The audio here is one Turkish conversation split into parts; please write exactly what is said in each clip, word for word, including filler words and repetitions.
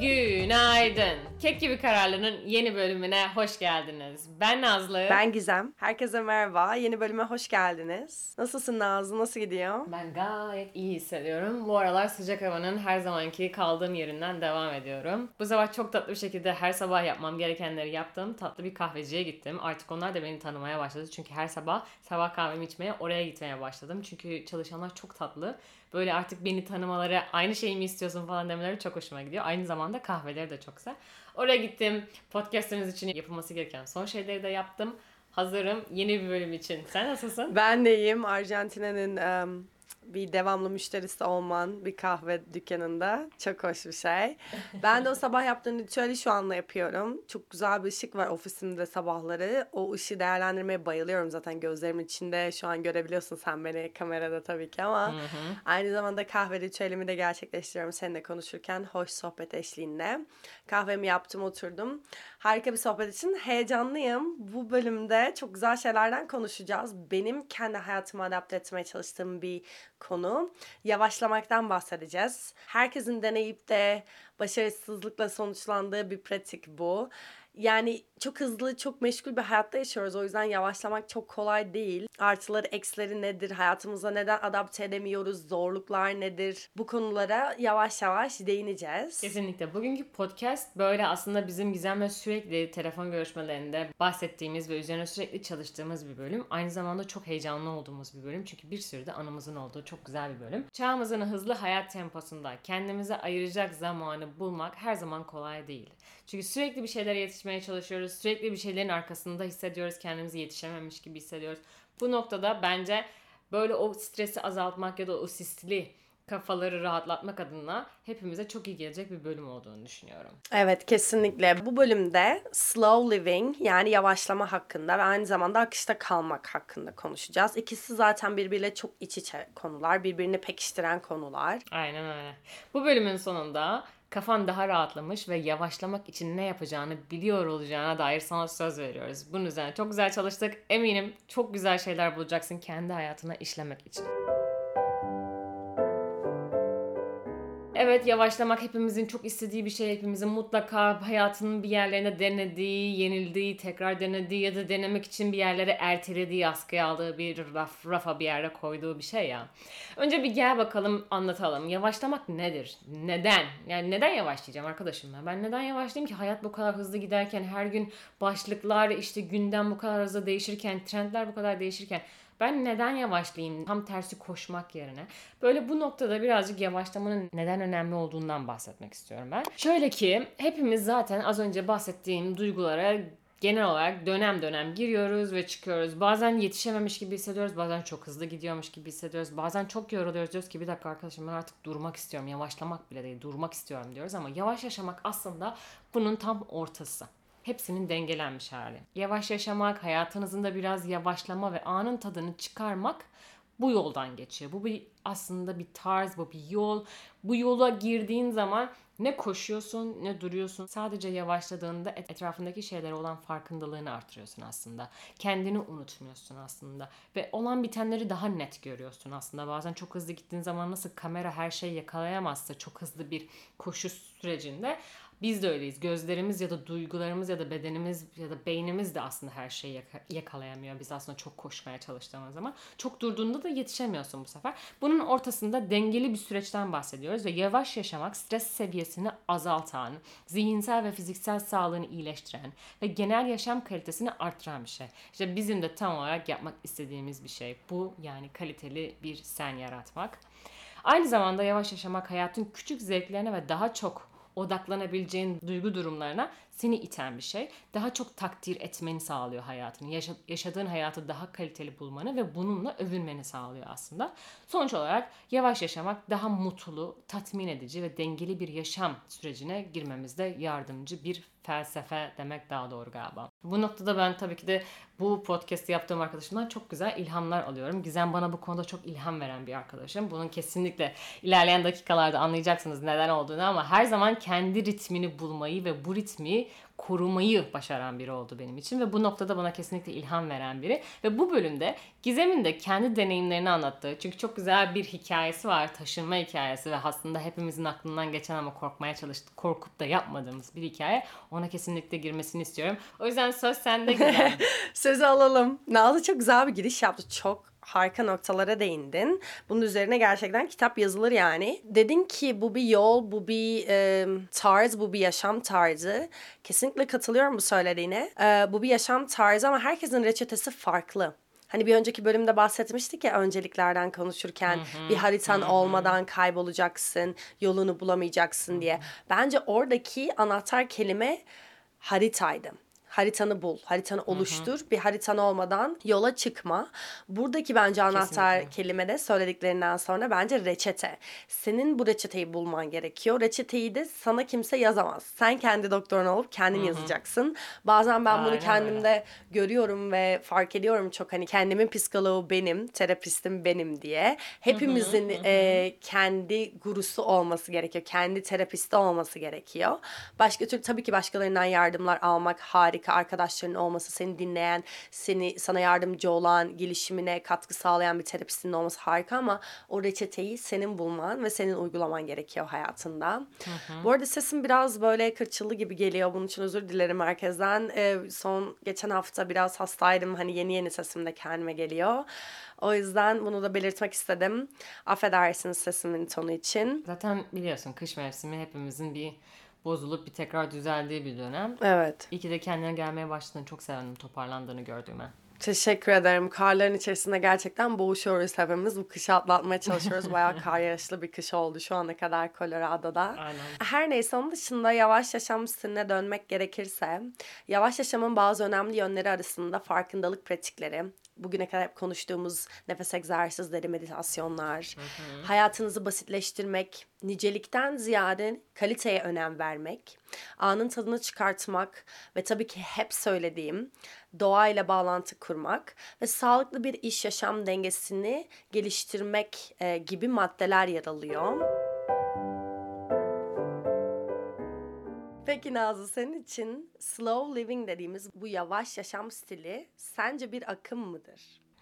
Günaydın. Kek Gibi Kararlı'nın yeni bölümüne hoş geldiniz. Ben Nazlı. Ben Gizem. Herkese merhaba. Yeni bölüme hoş geldiniz. Nasılsın Nazlı? Nasıl gidiyor? Ben gayet iyi hissediyorum. Bu aralar sıcak havanın her zamanki kaldığım yerinden devam ediyorum. Bu sabah çok tatlı bir şekilde her sabah yapmam gerekenleri yaptım. Tatlı bir kahveciye gittim. Artık onlar da beni tanımaya başladı. Çünkü her sabah sabah kahvemi içmeye oraya gitmeye başladım. Çünkü çalışanlar çok tatlı. Böyle artık beni tanımaları, aynı şeyi mi istiyorsun falan demeleri çok hoşuma gidiyor. Aynı zamanda kahveleri de çok güzel. Oraya gittim. Podcast'ınız için yapılması gereken son şeyleri de yaptım. Hazırım yeni bir bölüm için. Sen nasılsın? Ben de iyiyim. Arjantin'in um, bir devamlı müşterisi olman bir kahve dükkanında. Çok hoş bir şey. Ben de o sabah yaptığım ritüeli şu anda yapıyorum. Çok güzel bir ışık var ofisimde sabahları. O ışığı değerlendirmeye bayılıyorum zaten gözlerimin içinde. Şu an görebiliyorsun sen beni kamerada tabii ki ama Hı hı. aynı zamanda kahve ritüelimi de gerçekleştiriyorum seninle konuşurken hoş sohbet eşliğinde. Kahvemi yaptım, oturdum. Harika bir sohbet için heyecanlıyım. Bu bölümde çok güzel şeylerden konuşacağız. Benim kendi hayatıma adapte etmeye çalıştığım bir konu. Yavaşlamaktan bahsedeceğiz. Herkesin deneyip de başarısızlıkla sonuçlandığı bir pratik bu. Yani çok hızlı, çok meşgul bir hayatta yaşıyoruz. O yüzden yavaşlamak çok kolay değil. Artıları, eksileri nedir? Hayatımıza neden adapte edemiyoruz? Zorluklar nedir? Bu konulara yavaş yavaş değineceğiz. Kesinlikle. Bugünkü podcast böyle aslında bizim Gizem'le sürekli telefon görüşmelerinde bahsettiğimiz ve üzerine sürekli çalıştığımız bir bölüm. Aynı zamanda çok heyecanlı olduğumuz bir bölüm. Çünkü bir sürü de anımızın olduğu çok güzel bir bölüm. Çağımızın hızlı hayat temposunda kendimize ayıracak zamanı bulmak her zaman kolay değil. Çünkü sürekli bir şeylere yetişmeye çalışıyoruz. Sürekli bir şeylerin arkasında hissediyoruz. Kendimizi yetişememiş gibi hissediyoruz. Bu noktada bence böyle o stresi azaltmak ya da o sisli kafaları rahatlatmak adına hepimize çok iyi gelecek bir bölüm olduğunu düşünüyorum. Evet, kesinlikle. Bu bölümde slow living yani yavaşlama hakkında ve aynı zamanda akışta kalmak hakkında konuşacağız. İkisi zaten birbiriyle çok iç içe konular, birbirini pekiştiren konular. Aynen öyle. Bu bölümün sonunda kafan daha rahatlamış ve yavaşlamak için ne yapacağını biliyor olacağına dair sana söz veriyoruz. Bunun üzerine çok güzel çalıştık. Eminim çok güzel şeyler bulacaksın kendi hayatına işlemek için. Evet, yavaşlamak hepimizin çok istediği bir şey. Hepimizin mutlaka hayatının bir yerlerine denediği, yenildiği, tekrar denediği ya da denemek için bir yerlere ertelediği, askıya aldığı bir raf, rafa bir yere koyduğu bir şey ya. Önce bir gel bakalım anlatalım. Yavaşlamak nedir? Neden? Yani neden yavaşlayacağım arkadaşım ben? Ben neden yavaşlayayım ki? Hayat bu kadar hızlı giderken, her gün başlıklar, işte gündem bu kadar hızlı değişirken, trendler bu kadar değişirken ben neden yavaşlayayım? Tam tersi koşmak yerine. Böyle bu noktada birazcık yavaşlamanın neden önemli olduğundan bahsetmek istiyorum ben. Şöyle ki hepimiz zaten az önce bahsettiğim duygulara genel olarak dönem dönem giriyoruz ve çıkıyoruz. Bazen yetişememiş gibi hissediyoruz. Bazen çok hızlı gidiyormuş gibi hissediyoruz. Bazen çok yoruluyoruz. Diyoruz ki bir dakika arkadaşım ben artık durmak istiyorum. Yavaşlamak bile değil durmak istiyorum diyoruz ama yavaş yaşamak aslında bunun tam ortası. Hepsinin dengelenmiş hali. Yavaş yaşamak, hayatınızın da biraz yavaşlama ve anın tadını çıkarmak bu yoldan geçiyor. Bu bir aslında bir tarz, bu bir yol. Bu yola girdiğin zaman ne koşuyorsun ne duruyorsun. Sadece yavaşladığında etrafındaki şeylere olan farkındalığını artırıyorsun aslında. Kendini unutmuyorsun aslında. Ve olan bitenleri daha net görüyorsun aslında. Bazen çok hızlı gittiğin zaman nasıl kamera her şeyi yakalayamazsa çok hızlı bir koşu sürecinde biz de öyleyiz. Gözlerimiz ya da duygularımız ya da bedenimiz ya da beynimiz de aslında her şeyi yaka- yakalayamıyor. Biz aslında çok koşmaya çalıştığımız zaman. Çok durduğunda da yetişemiyorsun bu sefer. Bunun ortasında dengeli bir süreçten bahsediyoruz ve yavaş yaşamak stres seviyesini azaltan, zihinsel ve fiziksel sağlığını iyileştiren ve genel yaşam kalitesini artıran bir şey. İşte bizim de tam olarak yapmak istediğimiz bir şey. Bu yani kaliteli bir sen yaratmak. Aynı zamanda yavaş yaşamak hayatın küçük zevklerine ve daha çok odaklanabileceğin duygu durumlarına seni iten bir şey. Daha çok takdir etmeni sağlıyor hayatını. Yaşa- yaşadığın hayatı daha kaliteli bulmanı ve bununla övünmeni sağlıyor aslında. Sonuç olarak yavaş yaşamak daha mutlu, tatmin edici ve dengeli bir yaşam sürecine girmemizde yardımcı bir felsefe demek daha doğru galiba. Bu noktada ben tabii ki de bu podcast'i yaptığım arkadaşımdan çok güzel ilhamlar alıyorum. Gizem bana bu konuda çok ilham veren bir arkadaşım. Bunun kesinlikle ilerleyen dakikalarda anlayacaksınız neden olduğunu ama her zaman kendi ritmini bulmayı ve bu ritmi kendini korumayı başaran biri oldu benim için ve bu noktada bana kesinlikle ilham veren biri. Ve bu bölümde Gizem'in de kendi deneyimlerini anlattığı, çünkü çok güzel bir hikayesi var, taşınma hikayesi ve aslında hepimizin aklından geçen ama korkmaya çalıştık, korkup da yapmadığımız bir hikaye. Ona kesinlikle girmesini istiyorum. O yüzden söz sende Gizem. Sözü alalım. Nazlı çok güzel bir giriş yaptı. Çok harika noktalara değindin. Bunun üzerine gerçekten kitap yazılır yani. Dedin ki bu bir yol, bu bir e, tarz, bu bir yaşam tarzı. Kesinlikle katılıyorum bu söylediğine. E, bu bir yaşam tarzı ama herkesin reçetesi farklı. Hani bir önceki bölümde bahsetmiştik ya, önceliklerden konuşurken bir haritan olmadan kaybolacaksın, yolunu bulamayacaksın diye. Bence oradaki anahtar kelime haritaydı. Haritanı bul, haritanı oluştur. Bir haritan olmadan yola çıkma. Buradaki bence anahtar Kesinlikle. kelime de söylediklerinden sonra bence reçete. Senin bu reçeteyi bulman gerekiyor. Reçeteyi de sana kimse yazamaz. Sen kendi doktorun olup kendin yazacaksın. Bazen ben bunu Aynen kendimde görüyorum ve fark ediyorum çok, hani kendimin psikoloğu benim, terapistim benim diye. Hepimizin e, kendi gurusu olması gerekiyor. Kendi terapisti olması gerekiyor. Başka türlü tabii ki başkalarından yardımlar almak harika. Arkadaşların olması, seni dinleyen, seni sana yardımcı olan, gelişimine katkı sağlayan bir terapistinin olması harika ama o reçeteyi senin bulman ve senin uygulaman gerekiyor hayatında. Bu arada sesim biraz böyle kırçıllı gibi geliyor. Bunun için özür dilerim herkesten. Ee, son geçen hafta biraz hastaydım. Hani yeni yeni sesim de kendime geliyor. O yüzden bunu da belirtmek istedim. Affedersiniz sesimin tonu için. Zaten biliyorsun kış mevsimi hepimizin bir bozulup bir tekrar düzeldiği bir dönem. Evet. İyi ki de kendine gelmeye başladığını çok sevindim, toparlandığını gördüğüme. Teşekkür ederim. Karların içerisinde gerçekten boğuşuyoruz hepimiz. Bu kışı atlatmaya çalışıyoruz. Bayağı kar yağışlı bir kış oldu şu ana kadar Colorado'da. Aynen. Her neyse, onun dışında yavaş yaşam stiline dönmek gerekirse, yavaş yaşamın bazı önemli yönleri arasında farkındalık pratikleri, bugüne kadar hep konuştuğumuz nefes egzersizleri, meditasyonlar, hayatınızı basitleştirmek, nicelikten ziyade kaliteye önem vermek, anın tadını çıkartmak ve tabii ki hep söylediğim doğayla bağlantı kurmak ve sağlıklı bir iş yaşam dengesini geliştirmek e, gibi maddeler yer alıyor. Peki Nazlı, senin için slow living dediğimiz bu yavaş yaşam stili sence bir akım mıdır?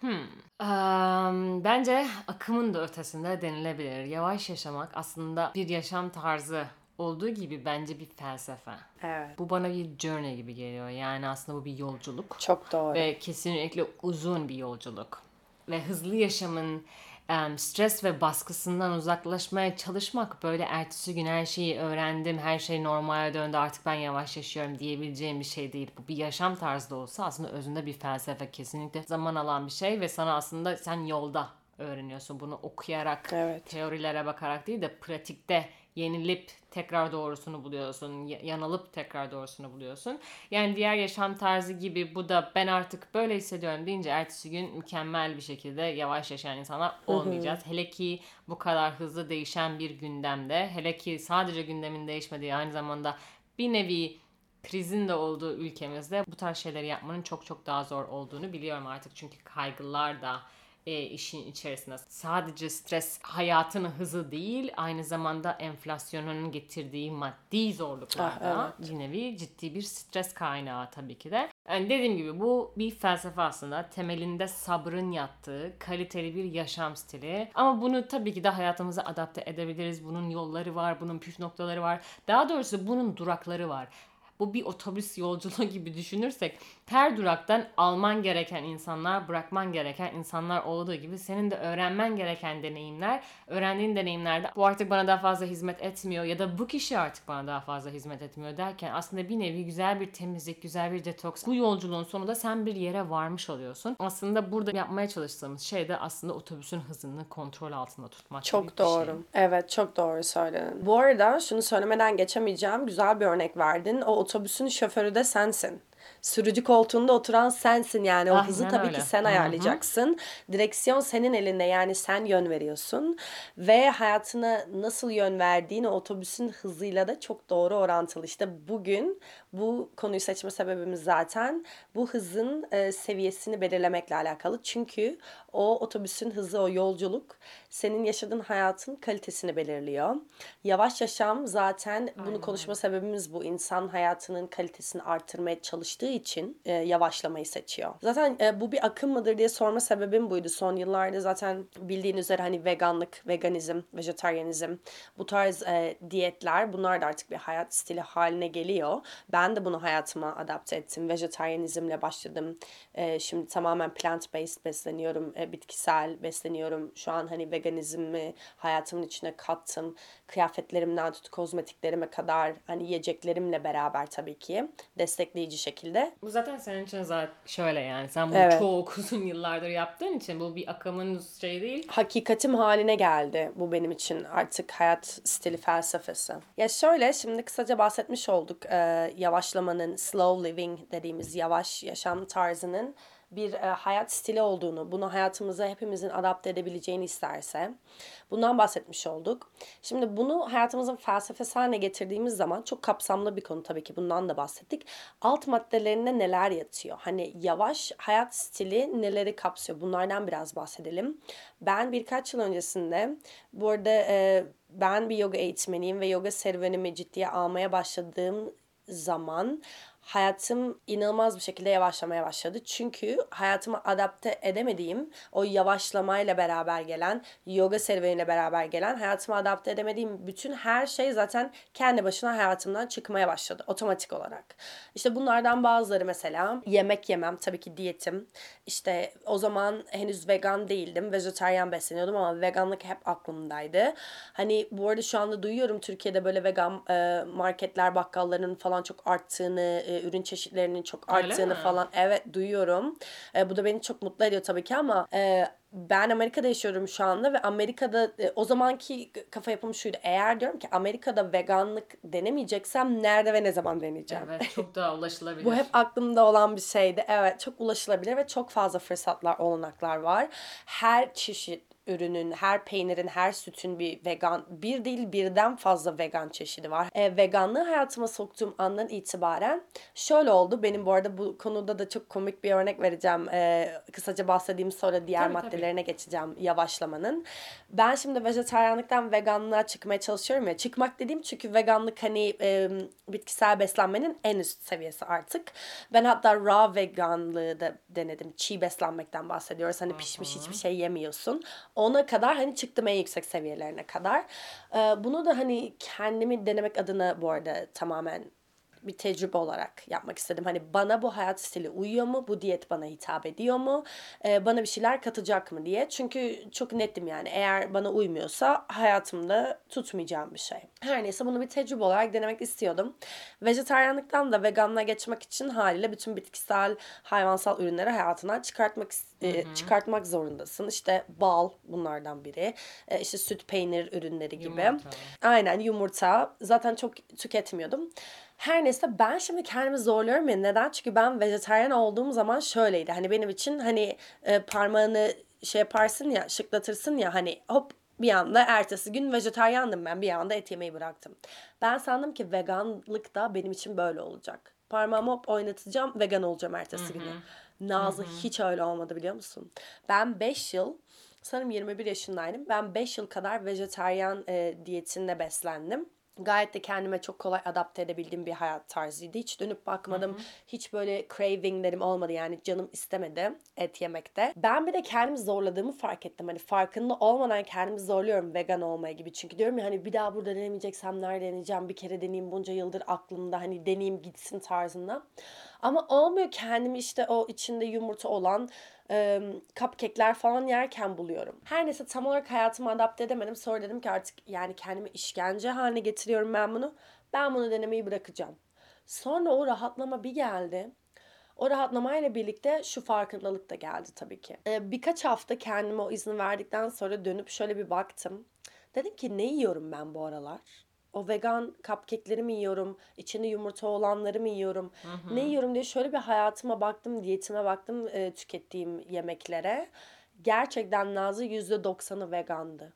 Um, bence akımın da ötesinde denilebilir. Yavaş yaşamak aslında bir yaşam tarzı olduğu gibi bence bir felsefe. Evet. Bu bana bir journey gibi geliyor. Yani aslında bu bir yolculuk. Çok doğru. Ve kesinlikle uzun bir yolculuk. Ve hızlı yaşamın em, stres ve baskısından uzaklaşmaya çalışmak, böyle ertesi gün her şeyi öğrendim, her şey normale döndü, artık ben yavaş yaşıyorum diyebileceğim bir şey değil. Bu bir yaşam tarzı da olsa aslında özünde bir felsefe, kesinlikle zaman alan bir şey ve sana aslında sen yolda öğreniyorsun. Bunu okuyarak, Evet. teorilere bakarak değil de pratikte yenilip tekrar doğrusunu buluyorsun. y- Yanılıp tekrar doğrusunu buluyorsun. Yani diğer yaşam tarzı gibi bu da ben artık böyle hissediyorum deyince ertesi gün mükemmel bir şekilde yavaş yaşayan insanlar olmayacağız. Hele ki bu kadar hızlı değişen bir gündemde. Hele ki sadece gündemin değişmediği, aynı zamanda bir nevi krizin de olduğu ülkemizde bu tarz şeyleri yapmanın çok çok daha zor olduğunu biliyorum artık. Çünkü kaygılar da e, işin içerisinde. Sadece stres hayatın hızı değil, aynı zamanda enflasyonun getirdiği maddi zorluklar Ah, da bir nevi ciddi bir stres kaynağı tabii ki de. Yani dediğim gibi bu bir felsefe aslında. Temelinde sabrın yattığı kaliteli bir yaşam stili. Ama bunu tabii ki de hayatımıza adapte edebiliriz. Bunun yolları var, bunun püf noktaları var. Daha doğrusu bunun durakları var. Bu bir otobüs yolculuğu gibi düşünürsek her duraktan alman gereken insanlar, bırakman gereken insanlar olduğu gibi senin de öğrenmen gereken deneyimler, öğrendiğin deneyimlerde bu artık bana daha fazla hizmet etmiyor ya da bu kişi artık bana daha fazla hizmet etmiyor derken aslında bir nevi güzel bir temizlik, güzel bir detoks. Bu yolculuğun sonunda sen bir yere varmış oluyorsun. Aslında burada yapmaya çalıştığımız şey de aslında otobüsün hızını kontrol altında tutmak gibi Çok bir şey. doğru. Evet, çok doğru söyledin. Bu arada şunu söylemeden geçemeyeceğim. Güzel bir örnek verdin. O otobüsün şoförü de sensin. Sürücü koltuğunda oturan sensin yani. O hızı Aynen tabii ki öyle. sen Hı hı. ayarlayacaksın. Direksiyon senin elinde yani sen yön veriyorsun. Ve hayatına nasıl yön verdiğin o otobüsün hızıyla da çok doğru orantılı. İşte bugün bu konuyu seçme sebebimiz zaten bu hızın e, seviyesini belirlemekle alakalı. Çünkü o otobüsün hızı, o yolculuk senin yaşadığın hayatın kalitesini belirliyor. Yavaş yaşam zaten bunu Aynen konuşma öyle. sebebimiz bu. İnsan hayatının kalitesini artırmaya çalıştığı için e, yavaşlamayı seçiyor. Zaten e, bu bir akım mıdır diye sorma sebebim buydu. Son yıllarda zaten bildiğin üzere hani veganlık, veganizm, vejetaryenizm bu tarz e, diyetler bunlar da artık bir hayat stili haline geliyor. Ben de bunu hayatıma adapte ettim. Vejetaryenizmle başladım. E, şimdi tamamen plant-based besleniyorum. E, bitkisel besleniyorum. Şu an hani veganizmi hayatımın içine kattım. Kıyafetlerimden tut kozmetiklerime kadar hani yiyeceklerimle beraber tabii ki destekleyici şekilde. Bu zaten senin için zaten şöyle yani sen bunu Evet. çok uzun yıllardır yaptığın için bu bir akımın şey değil. Hakikatim haline geldi bu benim için artık hayat stili felsefesi. Ya şöyle şimdi kısaca bahsetmiş olduk e, yavaşlamanın, slow living dediğimiz yavaş yaşam tarzının bir e, hayat stili olduğunu, bunu hayatımıza hepimizin adapte edebileceğini isterse bundan bahsetmiş olduk. Şimdi bunu hayatımızın felsefesi haline getirdiğimiz zaman çok kapsamlı bir konu tabii ki bundan da bahsettik. Alt maddelerinde neler yatıyor? Hani yavaş hayat stili neleri kapsıyor? Bunlardan biraz bahsedelim. Ben birkaç yıl öncesinde bu arada e, ben bir yoga eğitmeniyim ve yoga serüvenimi ciddiye almaya başladığım zaman hayatım inanılmaz bir şekilde yavaşlamaya başladı. Çünkü hayatıma adapte edemediğim o yavaşlamayla beraber gelen, yoga serüveniyle beraber gelen, hayatıma adapte edemediğim bütün her şey zaten kendi başına hayatımdan çıkmaya başladı otomatik olarak. İşte bunlardan bazıları mesela yemek yemem, tabii ki diyetim. İşte o zaman henüz vegan değildim, vejetaryen besleniyordum ama veganlık hep aklımdaydı. Hani bu arada şu anda duyuyorum Türkiye'de böyle vegan e, marketler, bakkalların falan çok arttığını, e, ürün çeşitlerinin çok Öyle arttığını mi? falan evet duyuyorum. E, bu da beni çok mutlu ediyor tabii ki ama e, ben Amerika'da yaşıyorum şu anda ve Amerika'da e, o zamanki kafa yapım şuydu. Eğer diyorum ki Amerika'da veganlık denemeyeceksem nerede ve ne zaman deneyeceğim? Evet, çok daha Bu hep ulaşılabilir. aklımda olan bir şeydi. Evet, çok ulaşılabilir ve çok fazla fırsatlar, olanaklar var. Her çeşit ürünün, her peynirin, her sütün bir vegan, bir değil birden fazla vegan çeşidi var. E, veganlığı hayatıma soktuğum andan itibaren şöyle oldu. Benim bu arada bu konuda da çok komik bir örnek vereceğim. E, kısaca bahsedeyim sonra diğer Tabii tabii. maddelerine geçeceğim yavaşlamanın. Ben şimdi vejetaryenlikten veganlığa çıkmaya çalışıyorum ya. Çıkmak dediğim çünkü veganlık hani e, bitkisel beslenmenin en üst seviyesi artık. Ben hatta raw veganlığı da denedim. Çiğ beslenmekten bahsediyoruz. Hani Hı pişmiş hiçbir hı. şey yemiyorsun. Ona kadar hani çıktım en yüksek seviyelerine kadar. Ee, bunu da hani kendimi denemek adına bu arada tamamen bir tecrübe olarak yapmak istedim. Hani bana bu hayat stili uyuyor mu? Bu diyet bana hitap ediyor mu? Ee, bana bir şeyler katacak mı diye. Çünkü çok nettim yani. Eğer bana uymuyorsa hayatımda tutmayacağım bir şey. Her neyse bunu bir tecrübe olarak denemek istiyordum. Vejetaryenlikten de veganlığa geçmek için haliyle bütün bitkisel, hayvansal ürünleri hayatından çıkartmak Hı e, hı. çıkartmak zorundasın. İşte bal bunlardan biri. E, işte süt, peynir ürünleri gibi. Yumurta. Aynen yumurta. Zaten çok tüketmiyordum. Her neyse ben şimdi kendimi zorluyorum ya. Neden? Çünkü ben vejetaryen olduğum zaman şöyleydi. Hani benim için hani e, parmağını şey yaparsın ya, şıklatırsın ya hani hop bir anda ertesi gün vejetaryandım ben. Bir anda et yemeyi bıraktım. Ben sandım ki veganlık da benim için böyle olacak. Parmağımı hop oynatacağım, vegan olacağım Hı ertesi güne. hı. Hı Nazlı hı. hiç öyle olmadı biliyor musun? Ben beş yıl, sanırım yirmi bir yaşındaydım. Ben beş yıl kadar vejetaryen e, diyetinde beslendim. Gayet de kendime çok kolay adapte edebildiğim bir hayat tarzıydı. Hiç dönüp Hı bakmadım. hı. Hiç böyle cravinglerim olmadı yani canım istemedi et yemekte. Ben bir de kendimi zorladığımı fark ettim. Hani farkında olmadan kendimi zorluyorum vegan olmaya gibi. Çünkü diyorum ya hani bir daha burada denemeyeceksem nerede deneyeceğim? Bir kere deneyeyim bunca yıldır aklımda hani deneyeyim gitsin tarzında. Ama olmuyor kendimi işte o içinde yumurta olan e, cupcake'ler falan yerken buluyorum. Her neyse tam olarak hayatıma adapte edemedim. Sonra dedim ki artık yani kendimi işkence haline getiriyorum ben bunu. Ben bunu denemeyi bırakacağım. Sonra o rahatlama bir geldi. O rahatlamayla birlikte şu farkındalık da geldi tabii ki. Ee, birkaç hafta kendime o izni verdikten sonra dönüp şöyle bir baktım. Dedim ki ne yiyorum ben bu aralar? o vegan cupcake'leri mi yiyorum, içinde yumurta olanları mı yiyorum, ne yiyorum diye şöyle bir hayatıma baktım, diyetime baktım, e, tükettiğim yemeklere. Gerçekten Nazlı yüzde doksanı vegandı.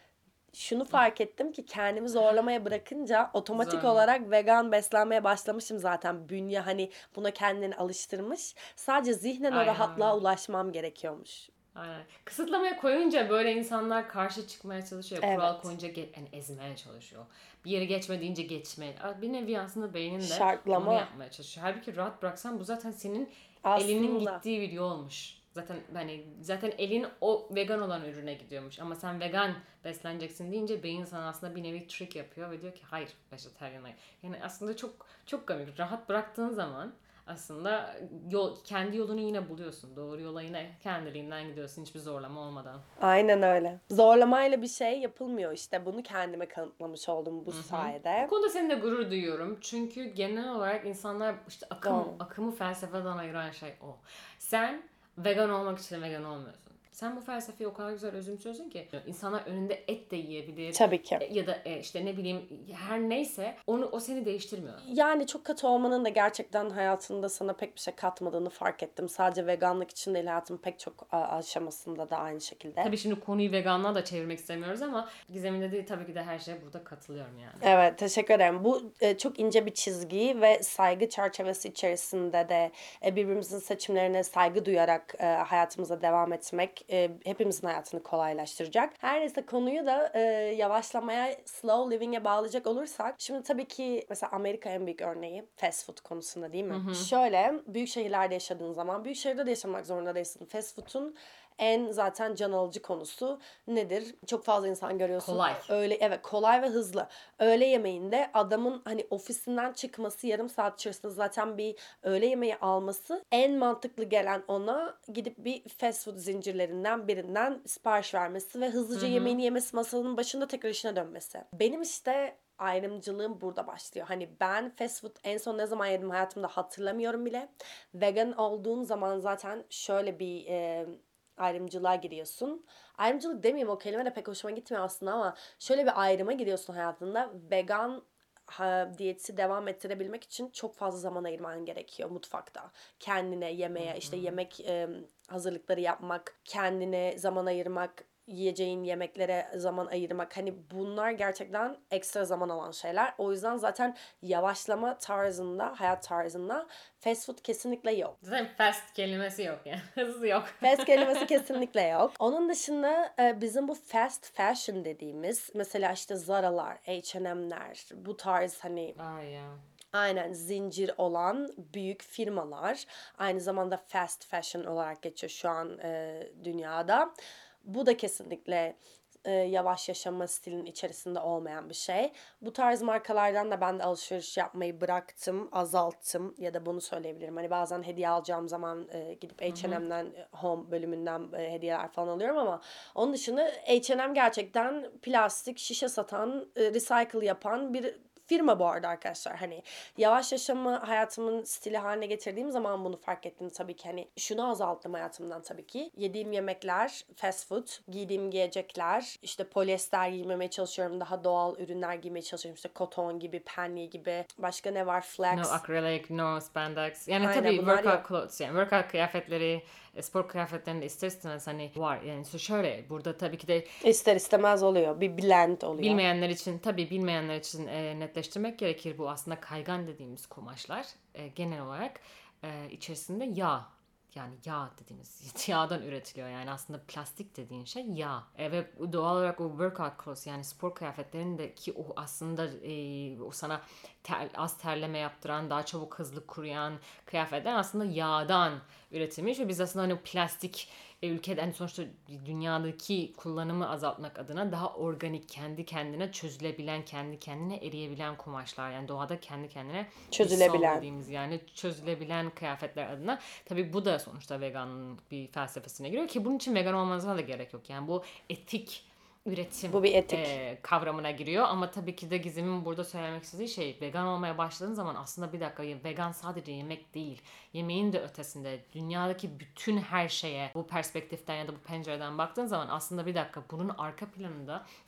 Şunu fark ettim ki kendimi zorlamaya bırakınca otomatik Zorla. olarak vegan beslenmeye başlamışım zaten. Bünye hani buna kendini alıştırmış. Sadece zihnen o Aynen öyle. rahatlığa ulaşmam gerekiyormuş. Aynen. Kısıtlamaya koyunca böyle insanlar karşı çıkmaya çalışıyor. Kural Evet. koyunca ge- yani ezmeye çalışıyor. Bir yere geçme deyince geçme. Bir nevi aslında beynin de onu Şartlama yapmaya çalışıyor. Halbuki rahat bıraksan bu zaten senin elinin aslında. gittiği bir yolmuş. Zaten hani zaten elin o vegan olan ürüne gidiyormuş. Ama sen vegan besleneceksin deyince beyin sana aslında bir nevi trick yapıyor ve diyor ki hayır vejetaryen hayır. Yani aslında çok çok komik. Rahat bıraktığın zaman aslında yol, kendi yolunu yine buluyorsun. Doğru yola yine kendiliğinden gidiyorsun hiçbir zorlama olmadan. Aynen öyle. Zorlamayla bir şey yapılmıyor işte. Bunu kendime kanıtlamış oldum bu Bu sayede. konuda seninle gurur duyuyorum. Çünkü genel olarak insanlar işte akım, Doğru. akımı felsefeden ayıran şey o. Sen vegan olmak için vegan olmuyorsun. Sen bu felsefeyi o kadar güzel özümsüyorsun ki insanlar önünde et de yiyebilir Tabii ki. ya da e, işte ne bileyim her neyse onu o seni değiştirmiyor. Yani çok katı olmanın da gerçekten hayatında sana pek bir şey katmadığını fark ettim. Sadece veganlık için değil, hayatımın pek çok a, aşamasında da aynı şekilde. Tabii şimdi konuyu veganlığa da çevirmek istemiyoruz ama Gizem'in dediği tabii ki de her şeye burada katılıyorum yani. Evet, teşekkür ederim. Bu e, çok ince bir çizgi ve saygı çerçevesi içerisinde de e, birbirimizin seçimlerine saygı duyarak e, hayatımıza devam etmek e, hepimizin hayatını kolaylaştıracak. Her neyse konuyu da e, yavaşlamaya, slow living'e bağlayacak olursak, şimdi tabii ki mesela Amerika en büyük örneği fast food konusunda değil mi? Şöyle, büyük şehirlerde yaşadığın zaman, büyük şehirde de yaşamak zorunda değilsin. Fast food'un en zaten can alıcı konusu nedir? Çok fazla insan görüyorsun. Kolay. Öyle, evet, kolay ve hızlı. Öğle yemeğinde adamın hani ofisinden çıkması yarım saat içerisinde zaten bir öğle yemeği alması, en mantıklı gelen ona gidip bir fast food zincirlerinden birinden sipariş vermesi ve hızlıca yemeğini yemesi, masanın başında tekrar işine dönmesi. Benim işte ayrımcılığım burada başlıyor. Hani ben fast food en son ne zaman yedim hayatımda hatırlamıyorum bile. Vegan olduğun zaman zaten şöyle bir e, ayrımcılığa giriyorsun. Ayrımcılık demeyeyim, o kelime de pek hoşuma gitmiyor aslında, ama şöyle bir ayrıma giriyorsun hayatında. Vegan ha, diyeti devam ettirebilmek için çok fazla zaman ayırman gerekiyor mutfakta. Kendine, yemeğe, işte yemek e, hazırlıkları yapmak, kendine zaman ayırmak, yiyeceğin yemeklere zaman ayırmak. Hani bunlar gerçekten ekstra zaman alan şeyler. O yüzden zaten yavaşlama tarzında, hayat tarzında fast food kesinlikle yok. Zaten fast kelimesi yok yani. Hızlı yok. Fast kelimesi kesinlikle yok. Onun dışında e, bizim bu fast fashion dediğimiz, mesela işte Zara'lar, H and M'ler, bu tarz hani Ay ya. aynen zincir olan büyük firmalar, aynı zamanda fast fashion olarak geçiyor şu an e, dünyada. Bu da kesinlikle e, yavaş yaşama stilinin içerisinde olmayan bir şey. Bu tarz markalardan da ben de alışveriş yapmayı bıraktım, azalttım, ya da bunu söyleyebilirim. Hani bazen hediye alacağım zaman e, gidip H and M'den, home bölümünden e, hediyeler falan alıyorum, ama onun dışında H and M gerçekten plastik, şişe satan, e, recycle yapan bir firma bu arada arkadaşlar. Hani yavaş yaşamı hayatımın stili haline getirdiğim zaman bunu fark ettim tabii ki. Hani şunu azalttım hayatımdan tabii ki. Yediğim yemekler fast food, giydiğim giyecekler, işte polyester giymemeye çalışıyorum. Daha doğal ürünler giymeye çalışıyorum. İşte koton gibi, penye gibi. Başka ne var? Flax. No acrylic, no spandex. Yani Aynen, tabii bunlar workout yok. clothes yani workout kıyafetleri, e, spor kıyafetlerinde ister istemez hani var. Yani so şöyle burada tabii ki de İster istemez oluyor. Bir blend oluyor. bilmeyenler için tabii bilmeyenler için e, netleştirmek gerekir. Bu aslında kaygan dediğimiz kumaşlar e, genel olarak e, içerisinde yağ, yani yağ dediğimiz yağdan üretiliyor. Yani aslında plastik dediğin şey yağ. E, ve doğal olarak o workout clothes yani spor kıyafetlerindeki o aslında e, o sana ter, az terleme yaptıran, daha çabuk hızlı kuruyan kıyafetler aslında yağdan üretilmiş ve biz aslında hani plastik e, ülkeden sonuçta dünyadaki kullanımı azaltmak adına daha organik, kendi kendine çözülebilen, kendi kendine eriyebilen kumaşlar, yani doğada kendi kendine Çözülebilen. dediğimiz yani çözülebilen kıyafetler adına. Tabii bu da sonuçta veganın bir felsefesine giriyor ki bunun için vegan olmanıza da gerek yok. Yani bu etik üretim Bu bir etik. e, kavramına giriyor, ama tabii ki de Gizem'in burada söylemek istediği şey, vegan olmaya başladığın zaman aslında bir dakika, vegan sadece yemek değil, yemeğin de ötesinde dünyadaki bütün her şeye bu perspektiften ya da bu pencereden baktığın zaman aslında bir dakika, bunun arka planında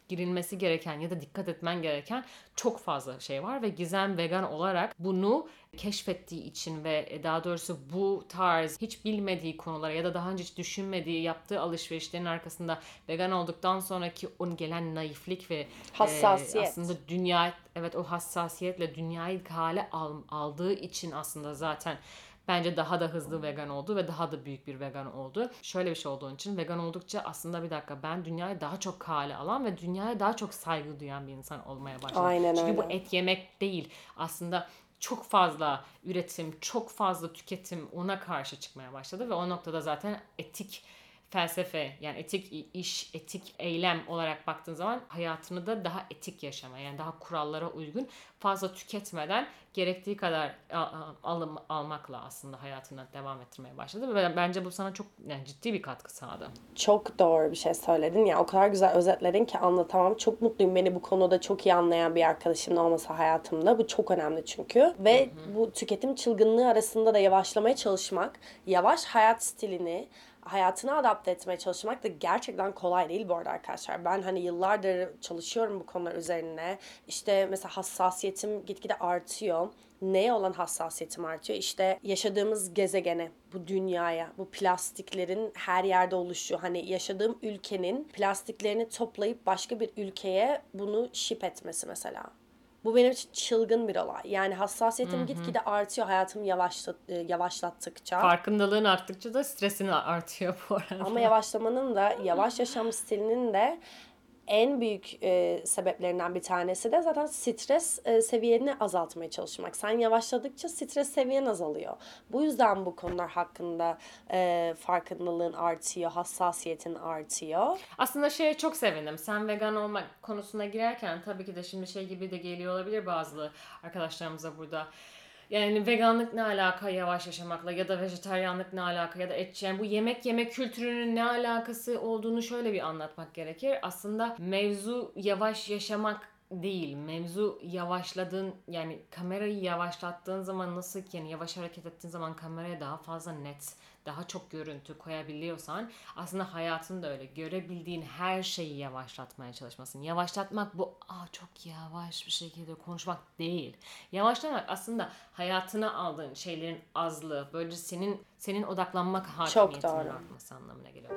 girilmesi gereken ya da dikkat etmen gereken çok fazla şey var ve Gizem vegan olarak bunu keşfettiği için ve daha doğrusu bu tarz hiç bilmediği konulara ya da daha önce hiç düşünmediği yaptığı alışverişlerin arkasında vegan olduktan sonraki onun gelen naiflik ve e, aslında Hassasiyet. dünya, evet, o hassasiyetle dünyayı hale al, aldığı için aslında zaten bence daha da hızlı vegan oldu ve daha da büyük bir vegan oldu. Şöyle bir şey olduğu için vegan oldukça aslında bir dakika ben dünyayı daha çok kale alan ve dünyaya daha çok saygı duyan bir insan olmaya başladım. Aynen Çünkü bu öyle. et yemek değil. Aslında çok fazla üretim, çok fazla tüketim ona karşı çıkmaya başladı ve o noktada zaten etik felsefe, yani etik iş, etik eylem olarak baktığın zaman hayatını da daha etik yaşama, yani daha kurallara uygun, fazla tüketmeden gerektiği kadar alım almakla aslında hayatına devam ettirmeye başladı ve bence bu sana çok, yani ciddi bir katkı sağladı. Çok doğru bir şey söyledin ya. O kadar güzel özetledin ki anlatamam. Çok mutluyum beni bu konuda çok iyi anlayan bir arkadaşımın olması hayatımda. Bu çok önemli çünkü. Ve bu tüketim çılgınlığı arasında da yavaşlamaya çalışmak, yavaş hayat stilini hayatına adapte etmeye çalışmak da gerçekten kolay değil bu arada arkadaşlar. Ben hani yıllardır çalışıyorum bu konular üzerine. İşte mesela hassasiyetim gitgide artıyor. Neye olan hassasiyetim artıyor? İşte yaşadığımız gezegene, bu dünyaya, bu plastiklerin her yerde oluşu. Hani yaşadığım ülkenin plastiklerini toplayıp başka bir ülkeye bunu ship etmesi mesela. Bu benim için çılgın bir olay. Yani hassasiyetim gitgide artıyor hayatımı yavaşlat, yavaşlattıkça. Farkındalığın arttıkça da stresin artıyor bu Ama arada. yavaşlamanın da, yavaş yaşam stilinin de en büyük e, sebeplerinden bir tanesi de zaten stres e, seviyeni azaltmaya çalışmak. Sen yavaşladıkça stres seviyen azalıyor. Bu yüzden bu konular hakkında e, farkındalığın artıyor, hassasiyetin artıyor. Aslında şeye çok sevindim. Sen vegan olmak konusuna girerken tabii ki de şimdi şey gibi de geliyor olabilir bazı arkadaşlarımıza burada. Yani veganlık ne alaka yavaş yaşamakla ya da vejetaryenlik ne alaka ya da etçi. Yani bu yemek yemek kültürünün ne alakası olduğunu şöyle bir anlatmak gerekir. Aslında mevzu yavaş yaşamak değil. Mevzu yavaşladığın, yani kamerayı yavaşlattığın zaman nasıl ki, yani yavaş hareket ettiğin zaman kameraya daha fazla net, daha çok görüntü koyabiliyorsan aslında hayatın da öyle. Görebildiğin her şeyi yavaşlatmaya çalışmasın. Yavaşlatmak bu aa çok yavaş bir şekilde konuşmak değil. Yavaşlamak aslında hayatına aldığın şeylerin azlığı, böylece senin senin odaklanmak Çok hakimiyetinin doğru. artması anlamına geliyor.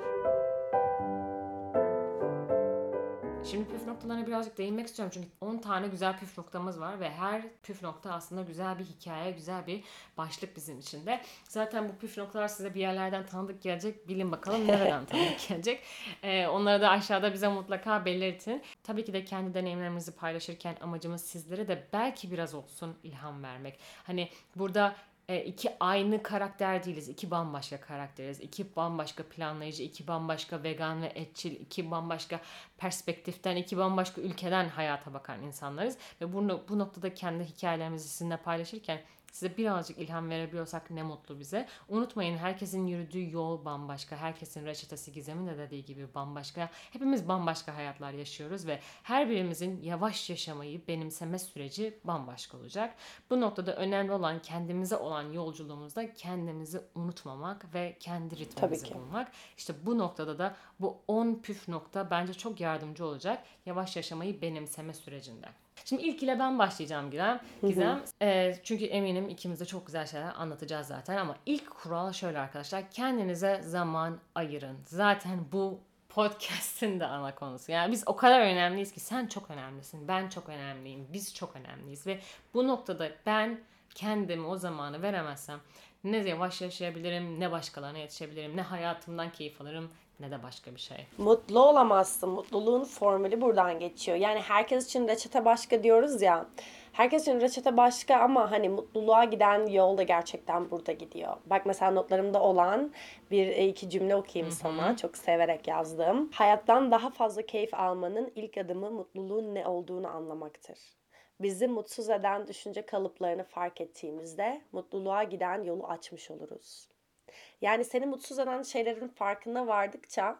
Şimdi püf noktalarına birazcık değinmek istiyorum çünkü on tane güzel püf noktamız var ve her püf nokta aslında güzel bir hikaye, güzel bir başlık bizim için de. Zaten bu püf noktalar size bir yerlerden tanıdık gelecek. Bilin bakalım nereden tanıdık gelecek. Ee, onları da aşağıda bize mutlaka belirtin. Tabii ki de kendi deneyimlerimizi paylaşırken amacımız sizlere de belki biraz olsun ilham vermek. Hani burada e, iki aynı karakter değiliz. İki bambaşka karakteriz. İki bambaşka planlayıcı, iki bambaşka vegan ve etçil, iki bambaşka perspektiften, iki bambaşka ülkeden hayata bakan insanlarız. Ve bunu, bu noktada kendi hikayelerimizi sizinle paylaşırken size birazcık ilham verebiliyorsak ne mutlu bize. Unutmayın, herkesin yürüdüğü yol bambaşka. Herkesin reçetesi Gizem'in de dediği gibi bambaşka. Hepimiz bambaşka hayatlar yaşıyoruz ve her birimizin yavaş yaşamayı benimseme süreci bambaşka olacak. Bu noktada önemli olan kendimize olan yolculuğumuzda kendimizi unutmamak ve kendi Tabii ritmimizi ki. bulmak. İşte bu noktada da bu on püf nokta bence çok yardımcı olacak yavaş yaşamayı benimseme sürecinde. Şimdi ilk ile ben başlayacağım Gizem. Gizem e, çünkü eminim ikimiz de çok güzel şeyler anlatacağız zaten ama ilk kural şöyle arkadaşlar: kendinize zaman ayırın. Zaten bu podcast'in de ana konusu. Yani biz o kadar önemliyiz ki, sen çok önemlisin, ben çok önemliyim, biz çok önemliyiz ve bu noktada ben kendime o zamanı veremezsem ne yavaş yaşayabilirim, ne başkalarına yetişebilirim, ne hayatımdan keyif alırım, ne de başka bir şey. Mutlu olamazsın. Mutluluğun formülü buradan geçiyor. Yani herkes için reçete başka diyoruz ya. Herkes için reçete başka ama hani mutluluğa giden yol da gerçekten burada gidiyor. Bak mesela notlarımda olan bir iki cümle okuyayım sana. Çok severek yazdım. Hayattan daha fazla keyif almanın ilk adımı mutluluğun ne olduğunu anlamaktır. Bizi mutsuz eden düşünce kalıplarını fark ettiğimizde mutluluğa giden yolu açmış oluruz. Yani seni mutsuz eden şeylerin farkına vardıkça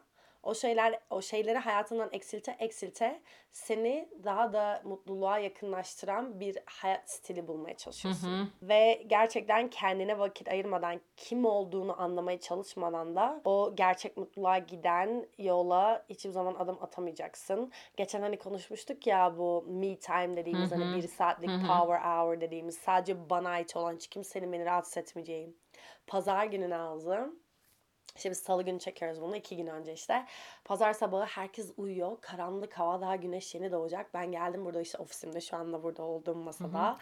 O şeyler, o şeyleri hayatından eksilte eksilte seni daha da mutluluğa yakınlaştıran bir hayat stili bulmaya çalışıyorsun. Ve gerçekten kendine vakit ayırmadan, kim olduğunu anlamaya çalışmadan da o gerçek mutluluğa giden yola hiçbir zaman adım atamayacaksın. Geçen hani konuşmuştuk ya, bu me time dediğimiz, hani bir saatlik power hour dediğimiz, sadece bana ait olan, hiç kimsenin beni rahatsız etmeyeceğim. Pazar günü Nazlı. İşte biz salı günü çekiyoruz bunu, iki gün önce işte. Pazar sabahı herkes uyuyor. Karanlık hava, daha güneş yeni doğacak. Ben geldim burada işte ofisimde, şu anda burada olduğum masada.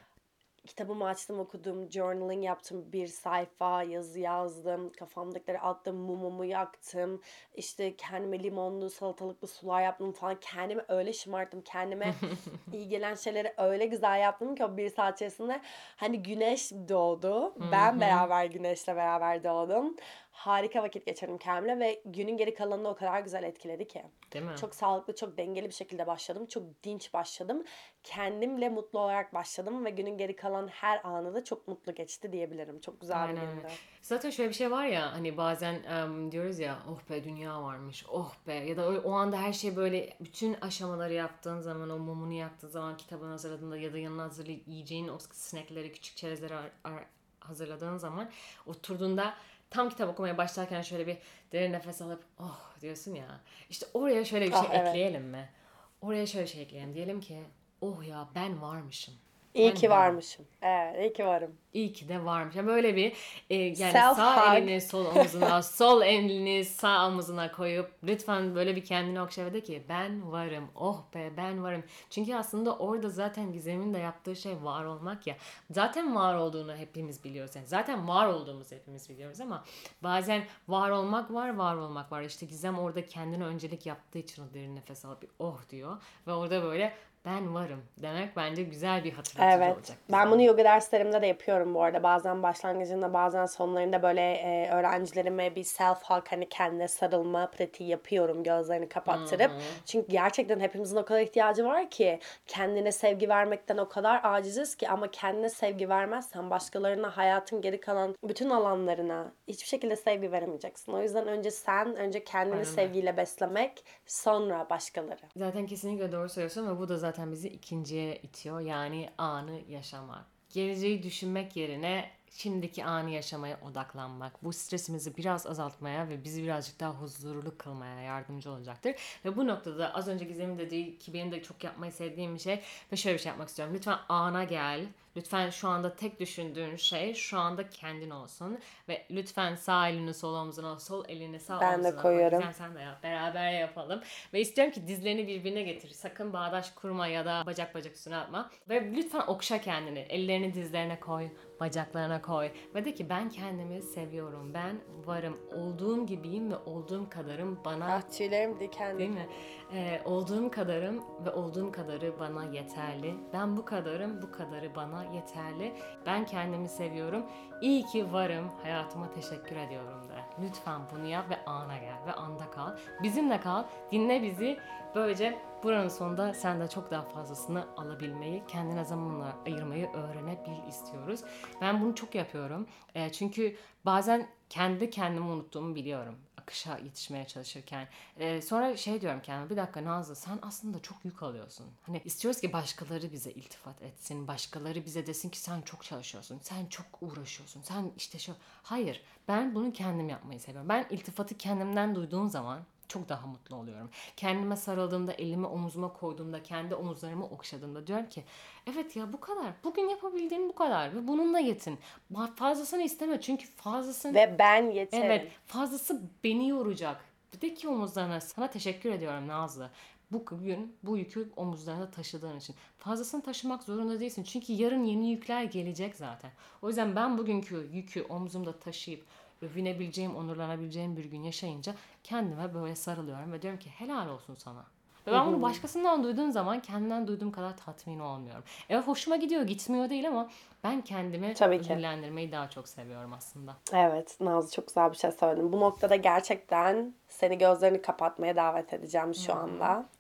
Kitabımı açtım, okudum, journaling yaptım, bir sayfa yazı yazdım, kafamdakileri attım, mumumu yaktım, işte kendime limonlu salatalıklı sular yaptım falan, kendimi öyle şımarttım, kendime iyi gelen şeyleri öyle güzel yaptım ki o bir saat içerisinde. Hani güneş doğdu, ben beraber güneşle beraber doğdum, harika vakit geçirdim kendimle ve günün geri kalanını o kadar güzel etkiledi ki. Değil mi? Çok sağlıklı, çok dengeli bir şekilde başladım. Çok dinç başladım. Kendimle mutlu olarak başladım ve günün geri kalan her anı da çok mutlu geçti diyebilirim. Çok güzel bir Aynen öyle. gündü. Zaten şöyle bir şey var ya, hani bazen em, diyoruz ya, oh be dünya varmış, oh be, ya da o, o anda her şey böyle, bütün aşamaları yaptığın zaman, o mumunu yaktığın zaman, kitabını hazırladığında ya da yanına hazırlayıp yiyeceğin o snackleri, küçük çerezleri ar- ar- hazırladığın zaman, oturduğunda tam kitap okumaya başlarken şöyle bir derin nefes alıp oh diyorsun ya, işte oraya şöyle bir şey Ah evet. ekleyelim mi? Oraya şöyle bir şey ekleyelim. Diyelim ki oh ya, ben varmışım. İyi Ben ki varım. varmışım. Evet, iyi ki varım. İyi ki de varmış. Yani böyle bir e, yani Self sağ hug. elini sol omuzuna, sol elini sağ omuzuna koyup lütfen böyle bir kendini okşa ve de ki ben varım. Oh be, ben varım. Çünkü aslında orada zaten Gizem'in de yaptığı şey var olmak ya. Zaten var olduğunu hepimiz biliyoruz. Yani zaten var olduğumuzu hepimiz biliyoruz ama bazen var olmak var, var olmak var. İşte Gizem orada kendine öncelik yaptığı için o derin nefes alıp bir oh diyor ve orada böyle ben varım demek bence güzel bir hatırlatıcı Evet. olacak. Ben bunu yoga derslerimde de yapıyorum bu arada. Bazen başlangıcında, bazen sonlarında böyle e, öğrencilerime bir self hug, hani kendine sarılma pratiği yapıyorum, gözlerini kapattırıp. Çünkü gerçekten hepimizin o kadar ihtiyacı var ki, kendine sevgi vermekten o kadar aciziz ki, ama kendine sevgi vermezsen başkalarına, hayatın geri kalan bütün alanlarına hiçbir şekilde sevgi veremeyeceksin. O yüzden önce sen, önce kendini Aynen öyle. sevgiyle beslemek, sonra başkaları. Zaten kesinlikle doğru söylüyorsun ve bu da zaten bizi ikinciye itiyor. Yani anı yaşamak. Geleceği düşünmek yerine şimdiki anı yaşamaya odaklanmak. Bu stresimizi biraz azaltmaya ve bizi birazcık daha huzurlu kılmaya yardımcı olacaktır. Ve bu noktada az önce Gizem'in dediği ki benim de çok yapmayı sevdiğim bir şey ve şöyle bir şey yapmak istiyorum. Lütfen ana gel. Lütfen şu anda tek düşündüğün şey şu anda kendin olsun. Ve lütfen sağ elini sol omzuna, sol elini sağ Ben de omzuna koy. koyuyorum. Gizem sen de yap. Beraber yapalım. Ve istiyorum ki dizlerini birbirine getir. Sakın bağdaş kurma ya da bacak bacak üstüne atma. Ve lütfen okşa kendini. Ellerini dizlerine koy. Bacaklarına koy. Ve de ki ben kendimi seviyorum. Ben varım. Olduğum gibiyim ve olduğum kadarım bana... Ah, tüylerim diken Değil diken. mi? Ee, olduğum kadarım ve olduğum kadarı bana yeterli. Ben bu kadarım, bu kadarı bana yeterli. Ben kendimi seviyorum. İyi ki varım. Hayatıma teşekkür ediyorum de. Lütfen bunu yap ve ana gel ve anda kal. Bizimle kal. Dinle bizi. Böylece buranın sonunda sen de çok daha fazlasını alabilmeyi, kendine zamanla ayırmayı öğrenebil istiyoruz. Ben bunu çok yapıyorum. E, çünkü bazen kendi kendimi unuttuğumu biliyorum. Akışa yetişmeye çalışırken. Ee, sonra şey diyorum kendime, bir dakika Nazlı, sen aslında çok yük alıyorsun. Hani istiyoruz ki başkaları bize iltifat etsin. Başkaları bize desin ki sen çok çalışıyorsun. Sen çok uğraşıyorsun. Sen işte şu. Hayır, ben bunu kendim yapmayı seviyorum. Ben iltifatı kendimden duyduğum zaman çok daha mutlu oluyorum. Kendime sarıldığımda, elimi omuzuma koyduğumda, kendi omuzlarımı okşadığımda diyorum ki evet ya, bu kadar. Bugün yapabildiğin bu kadar ve bununla yetin. Fazlasını isteme çünkü fazlasını... Ve ben yeterim. Evet, fazlası beni yoracak. Bir de ki omuzlarına sana teşekkür ediyorum Nazlı. Bugün bu yükü omuzlarına taşıdığın için. Fazlasını taşımak zorunda değilsin. Çünkü yarın yeni yükler gelecek zaten. O yüzden ben bugünkü yükü omzumda taşıyıp övünebileceğim, onurlanabileceğim bir gün yaşayınca kendime böyle sarılıyorum ve diyorum ki helal olsun sana. Ve ben bunu başkasından duyduğum zaman kendimden duyduğum kadar tatmin olmuyorum. Evet, hoşuma gidiyor, gitmiyor değil ama ben kendimi Tabii ki. ödüllendirmeyi daha çok seviyorum aslında. Evet, Nazlı çok güzel bir şey söyledin. Bu noktada gerçekten seni gözlerini kapatmaya davet edeceğim şu anda.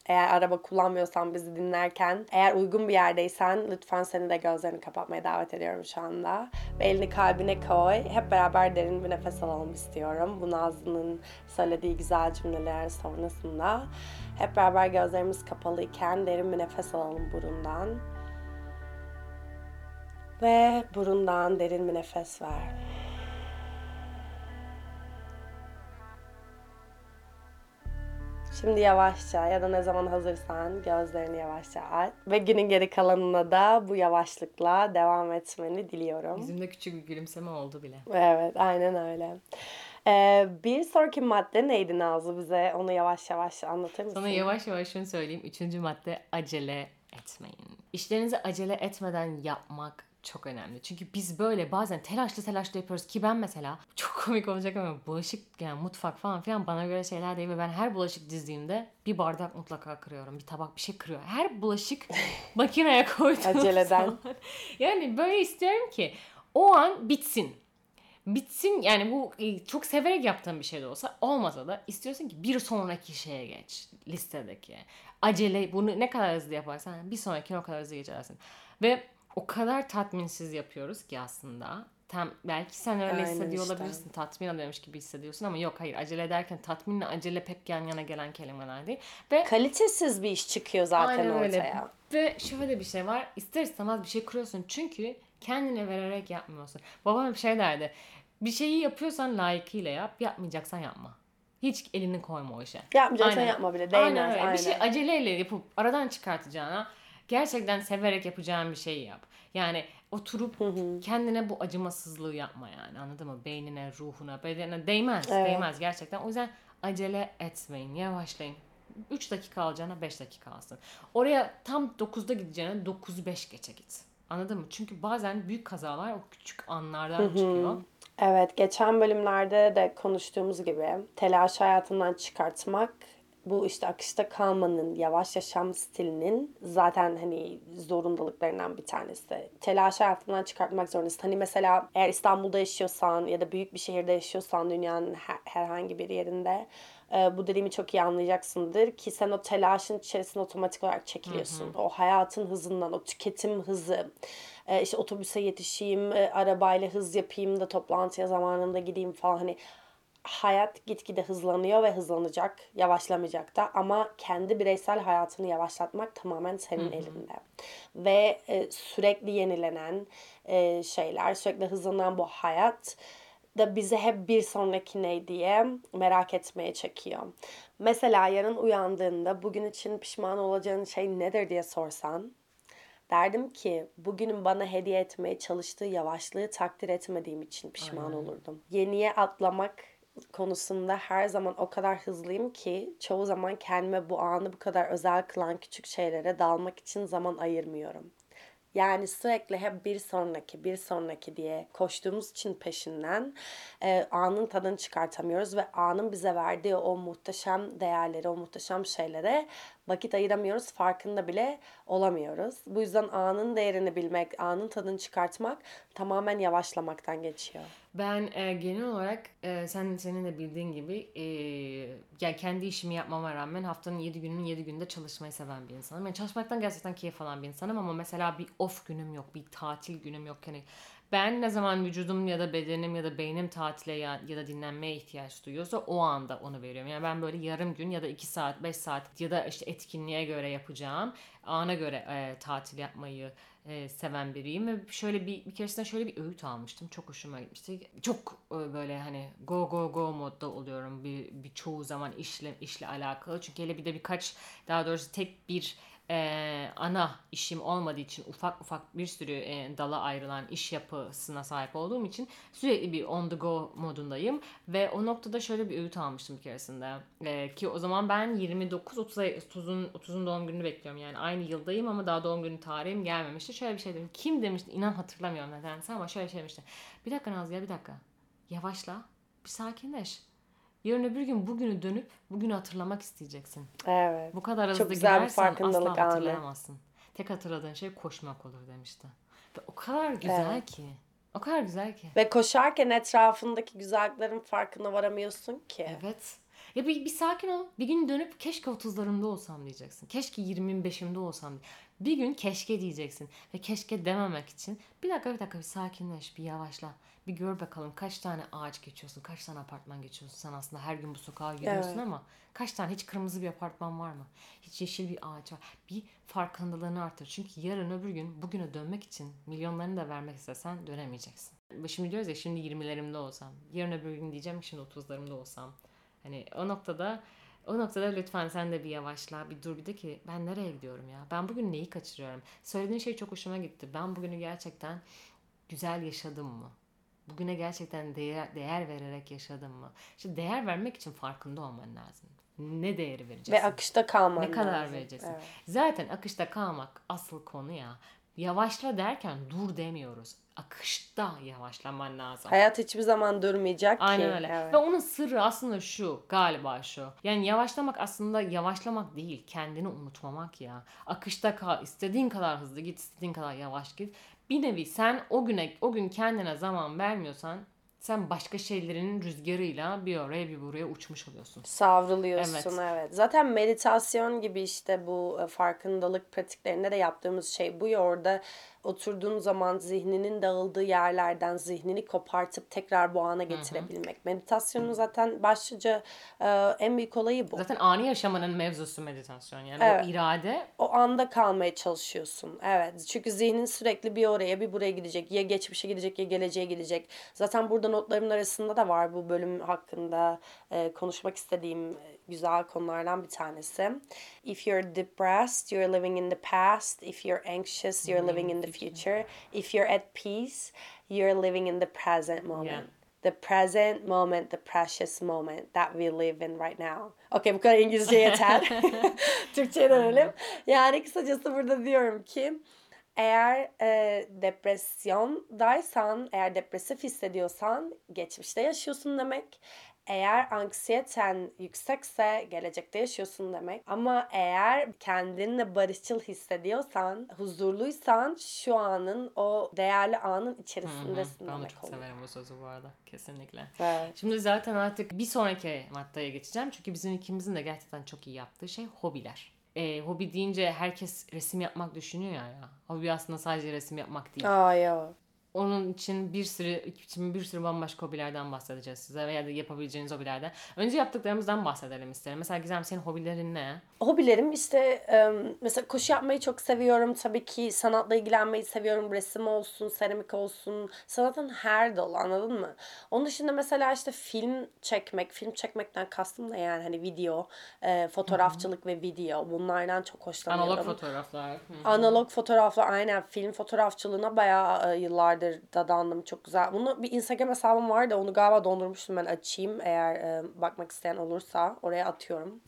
Eğer araba kullanmıyorsan bizi dinlerken, eğer uygun bir yerdeysen lütfen seni de gözlerini kapatmaya davet ediyorum şu anda. Ve elini kalbine koy. Hep beraber derin bir nefes alalım istiyorum. Bu Nazlı'nın söylediği güzel cümleler sonrasında. Hep beraber gözlerimiz kapalıyken derin bir nefes alalım burundan. Ve burundan derin bir nefes ver. Şimdi yavaşça ya da ne zaman hazırsan gözlerini yavaşça aç. Ve günün geri kalanına da bu yavaşlıkla devam etmeni diliyorum. Yüzümde küçük bir gülümseme oldu bile. Evet, aynen öyle. Ee, bir sonraki madde neydi Nazlı, bize onu yavaş yavaş anlatır mısın? Sana yavaş yavaş şunu söyleyeyim. Üçüncü madde acele etmeyin. İşlerinizi acele etmeden yapmak çok önemli. Çünkü biz böyle bazen telaşlı telaşlı yapıyoruz ki ben mesela çok komik olacak ama bulaşık yani mutfak falan filan bana göre şeyler değil ve ben her bulaşık dizdiğimde bir bardak mutlaka kırıyorum. Bir tabak bir şey kırıyor. Her bulaşık makineye koyduğum Aceleden. zaman yani böyle istiyorum ki o an bitsin. Bitsin yani bu çok severek yaptığım bir şey de olsa olmasa da istiyorsun ki bir sonraki şeye geç listedeki. Acele bunu ne kadar hızlı yaparsan bir sonrakine o kadar hızlı geçersin. Ve o kadar tatminsiz yapıyoruz ki aslında. Tam belki sen öyle Aynen hissediyor işte. olabilirsin. Tatmin alıyormuş gibi hissediyorsun ama yok hayır acele ederken tatminle acele pek yan yana gelen kelimeler değil. Ve Kalitesiz bir iş çıkıyor zaten aynen öyle. ortaya. Ve şöyle bir şey var. İster istemez bir şey kuruyorsun. Çünkü kendine vererek yapmıyorsun. Babam bir şey derdi. Bir şeyi yapıyorsan layıkıyla yap. Yapmayacaksan yapma. Hiç elini koyma o işe. Yapmayacaksan Aynen. yapma bile, değmez. Aynen öyle. Aynen. Bir şey aceleyle yapıp aradan çıkartacağına gerçekten severek yapacağın bir şeyi yap. Yani oturup kendine bu acımasızlığı yapma yani. Anladın mı? Beynine, ruhuna, bedenine değmez. Evet. Değmez gerçekten. O yüzden acele etmeyin. Yavaşlayın. üç dakika alacağına beş dakika alsın. Oraya tam dokuzda gideceğine dokuz beş geçe git. Anladın mı? Çünkü bazen büyük kazalar o küçük anlardan çıkıyor. Evet, geçen bölümlerde de konuştuğumuz gibi telaşı hayatından çıkartmak, bu işte akışta kalmanın, yavaş yaşam stilinin zaten hani zorundalıklarından bir tanesi. Telaşı hayatından çıkartmak zorundasın. Hani mesela eğer İstanbul'da yaşıyorsan ya da büyük bir şehirde yaşıyorsan dünyanın her- herhangi bir yerinde e, bu dediğimi çok iyi anlayacaksındır ki sen o telaşın içerisine otomatik olarak çekiliyorsun. O hayatın hızından, o tüketim hızı, e, işte otobüse yetişeyim, e, arabayla hız yapayım da toplantıya zamanında gideyim falan, hani hayat gitgide hızlanıyor ve hızlanacak, yavaşlamayacak da, ama kendi bireysel hayatını yavaşlatmak tamamen senin elinde. Ve e, sürekli yenilenen e, şeyler, sürekli hızlanan bu hayat da bizi hep bir sonraki ne diye merak etmeye çekiyor. Mesela yarın uyandığında bugün için pişman olacağın şey nedir diye sorsan, derdim ki bugünün bana hediye etmeye çalıştığı yavaşlığı takdir etmediğim için pişman olurdum. Yeniye atlamak konusunda her zaman o kadar hızlıyım ki çoğu zaman kendime bu anı bu kadar özel kılan küçük şeylere dalmak için zaman ayırmıyorum. Yani sürekli hep bir sonraki, bir sonraki diye koştuğumuz için peşinden e, anın tadını çıkartamıyoruz ve anın bize verdiği o muhteşem değerleri, o muhteşem şeylere vakit ayıramıyoruz, farkında bile olamıyoruz. Bu yüzden anın değerini bilmek, anın tadını çıkartmak tamamen yavaşlamaktan geçiyor. Ben e, genel olarak e, sen senin de bildiğin gibi e, yani kendi işimi yapmama rağmen haftanın yedi gününün yedi günde çalışmayı seven bir insanım. Yani çalışmaktan gerçekten keyif alan bir insanım ama mesela bir off günüm yok, bir tatil günüm yok. Yani ben ne zaman vücudum ya da bedenim ya da beynim tatile ya, ya da dinlenmeye ihtiyaç duyuyorsa o anda onu veriyorum. Yani ben böyle yarım gün ya da iki saat, beş saat ya da işte etkinliğe göre yapacağım, ana göre e, tatil yapmayı e, seven biriyim ve şöyle bir bir keresinde şöyle bir öğüt almıştım. Çok hoşuma gitmişti. Çok e, böyle hani go go go modda oluyorum bir, bir çoğu zaman işle işle alakalı. Çünkü hele bir de birkaç, daha doğrusu tek bir e, ana işim olmadığı için ufak ufak bir sürü e, dala ayrılan iş yapısına sahip olduğum için sürekli bir on the go modundayım ve o noktada şöyle bir öğüt almıştım bir keresinde. E, ki o zaman ben yirmi dokuz otuzun otuzun doğum gününü bekliyorum, yani aynı yıldayım ama daha doğum günü tarihim gelmemişti. Şöyle bir şey dedim. Kim demişti? İnan hatırlamıyorum nedense ama şöyle bir şey demişti. Bir dakika Nazlı ya, bir dakika. Yavaşla. Bir sakinleş. Yarın öbür gün bugünü dönüp bugünü hatırlamak isteyeceksin. Evet. Bu kadar hızlı Çok güzel bir gidersen farkındalık asla anı. hatırlayamazsın. Tek hatırladığın şey koşmak olur demişti. Ve o kadar güzel Evet. ki. O kadar güzel ki. Ve koşarken etrafındaki güzelliklerin farkına varamıyorsun ki. Evet. Ya bir, bir sakin ol. Bir gün dönüp keşke otuzlarımda olsam diyeceksin. Keşke yirmi beşimde olsam. Bir gün keşke diyeceksin. Ve keşke dememek için bir dakika bir dakika bir sakinleş, bir yavaşla. Bir gör bakalım kaç tane ağaç geçiyorsun, kaç tane apartman geçiyorsun. Sen aslında her gün bu sokağa yürüyorsun Evet. ama kaç tane hiç kırmızı bir apartman var mı? Hiç yeşil bir ağaç var. Bir farkındalığını artır. Çünkü yarın öbür gün bugüne dönmek için milyonlarını da vermek istesen dönemeyeceksin. Şimdi diyoruz ya şimdi yirmilerimde olsam. Yarın öbür gün diyeceğim ki şimdi otuzlarımda olsam. Hani o noktada o noktada lütfen sen de bir yavaşla, bir dur bir de ki ben nereye gidiyorum ya? Ben bugün neyi kaçırıyorum? Söylediğin şey çok hoşuma gitti. Ben bugünü gerçekten güzel yaşadım mı? Bugüne gerçekten değer, değer vererek yaşadım mı? İşte değer vermek için farkında olman lazım. Ne değeri Ve vereceksin? akışta kalman Ne kadar lazım. vereceksin? Evet. Zaten akışta kalmak asıl konu ya. Yavaşla derken dur demiyoruz. Akışta yavaşlaman lazım. Hayat hiçbir zaman durmayacak ki. Aynen öyle. Evet. Ve onun sırrı aslında şu, galiba şu. Yani yavaşlamak aslında yavaşlamak değil, kendini unutmamak ya. Akışta kal, istediğin kadar hızlı git, istediğin kadar yavaş git. Bir nevi sen o güne, o gün kendine zaman vermiyorsan sen başka şeylerin rüzgarıyla bir oraya bir buraya uçmuş oluyorsun. Savruluyorsun, Evet. evet. Zaten meditasyon gibi işte bu e, farkındalık pratiklerinde de yaptığımız şey bu ya, orada oturduğun zaman zihninin dağıldığı yerlerden zihnini kopartıp tekrar bu ana getirebilmek. Meditasyonun zaten başlıca e, en büyük olayı bu. Zaten ani yaşamanın mevzusu meditasyon. Yani Evet. o irade O anda kalmaya çalışıyorsun. Evet. Çünkü zihnin sürekli bir oraya bir buraya gidecek. Ya geçmişe gidecek ya geleceğe gidecek. Zaten burada notlarımın arasında da var bu bölüm hakkında e, konuşmak istediğim e, güzel konulardan bir tanesi. If you're depressed, you're living in the past. If you're anxious, you're living in the future. If you're at peace, you're living in the present moment. Yeah. The present moment, the precious moment that we live in right now. Okey, bu kadar İngilizce yeter. Türkçe'ye dönelim. Yani kısacası burada diyorum ki eğer e, depresyondaysan, eğer depresif hissediyorsan geçmişte yaşıyorsun demek. Eğer anksiyeten yüksekse gelecekte yaşıyorsun demek. Ama eğer kendinle barışçıl hissediyorsan, huzurluysan şu anın, o değerli anın içerisindesin ben de demek çok oluyor. severim bu sözü bu arada. Kesinlikle. Evet. Şimdi zaten artık bir sonraki maddeye geçeceğim. Çünkü bizim ikimizin de gerçekten çok iyi yaptığı şey hobiler. E, hobi deyince herkes resim yapmak düşünüyor ya, ya. Hobi aslında sadece resim yapmak değil. Aa yok. Onun için bir sürü için bir sürü bambaşka hobilerden bahsedeceğiz size veya da yapabileceğiniz hobilerden. Önce yaptıklarımızdan bahsedelim isterim. Mesela Gizem, senin hobilerin ne? Hobilerim işte e, mesela koşu yapmayı çok seviyorum. Tabii ki sanatla ilgilenmeyi seviyorum. Resim olsun, seramik olsun. Sanatın her dalı, anladın mı? Onun dışında mesela işte film çekmek. Film çekmekten kastım da yani hani video, e, fotoğrafçılık ve video. Bunlardan çok hoşlanıyorum. Analog fotoğraflar. Hı. Analog fotoğraflar, aynen, film fotoğrafçılığına bayağı e, yıllardır dadandım. Çok güzel. Bunu bir Instagram hesabım var da onu galiba dondurmuştum, ben açayım. Eğer e, bakmak isteyen olursa oraya atıyorum.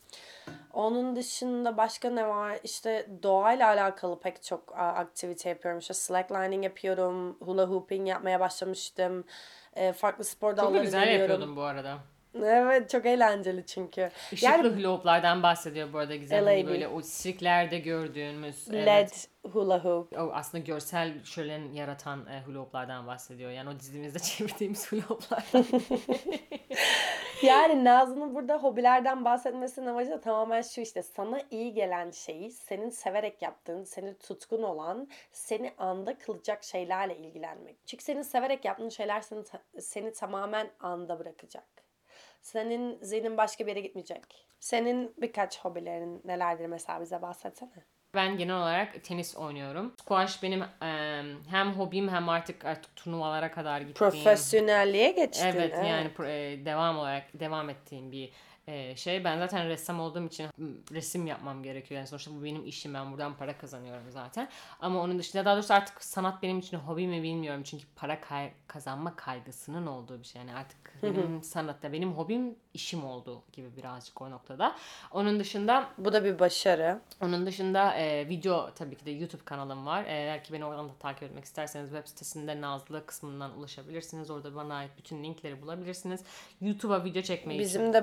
Onun dışında başka ne var? İşte doğayla alakalı pek çok a, aktivite yapıyorum. İşte slacklining yapıyorum. Hula hooping yapmaya başlamıştım. E, farklı spor Çok da dalları güzel deniyorum. yapıyordun bu arada. Evet, çok eğlenceli çünkü. Işıklı Yani hula hoop'lardan bahsediyor bu arada Gizem. L A Hani D. böyle o sirklerde gördüğümüz L E D evet, hula hoop. o aslında görsel şölen yaratan e, hula hoop'lardan bahsediyor. Yani o dizimizde çevirdiğimiz hula hoop'lardan. Yani Nazlı'nın burada hobilerden bahsetmesinin amacı da tamamen şu: işte sana iyi gelen şeyi, senin severek yaptığın, senin tutkun olan, seni anda kılacak şeylerle ilgilenmek. Çünkü senin severek yaptığın şeyler seni, seni tamamen anda bırakacak. Senin zihnin başka bir yere gitmeyecek. Senin birkaç hobilerin nelerdir mesela, bize bahsetsene. Ben genel olarak tenis oynuyorum. Squash benim e, hem hobim hem artık artık turnuvalara kadar gittiğim. Profesyonelliğe geçtin. Evet, evet. Yani e, devam olarak devam ettiğim bir e, şey. Ben zaten ressam olduğum için resim yapmam gerekiyor. Yani sonuçta bu benim işim. Ben buradan para kazanıyorum zaten. Ama onun dışında, daha doğrusu artık sanat benim için hobi mi bilmiyorum. Çünkü para kay- kazanma kaygısının olduğu bir şey. Yani artık benim sanatta, benim hobim işim oldu gibi birazcık o noktada. Onun dışında Bu da bir başarı. Onun dışında e, video, tabii ki de YouTube kanalım var. Eğer ki beni oradan da takip etmek isterseniz web sitesinde Nazlı kısmından ulaşabilirsiniz. Orada bana ait bütün linkleri bulabilirsiniz. YouTube'a video çekmeyi Bizim de bazı bölümlerimiz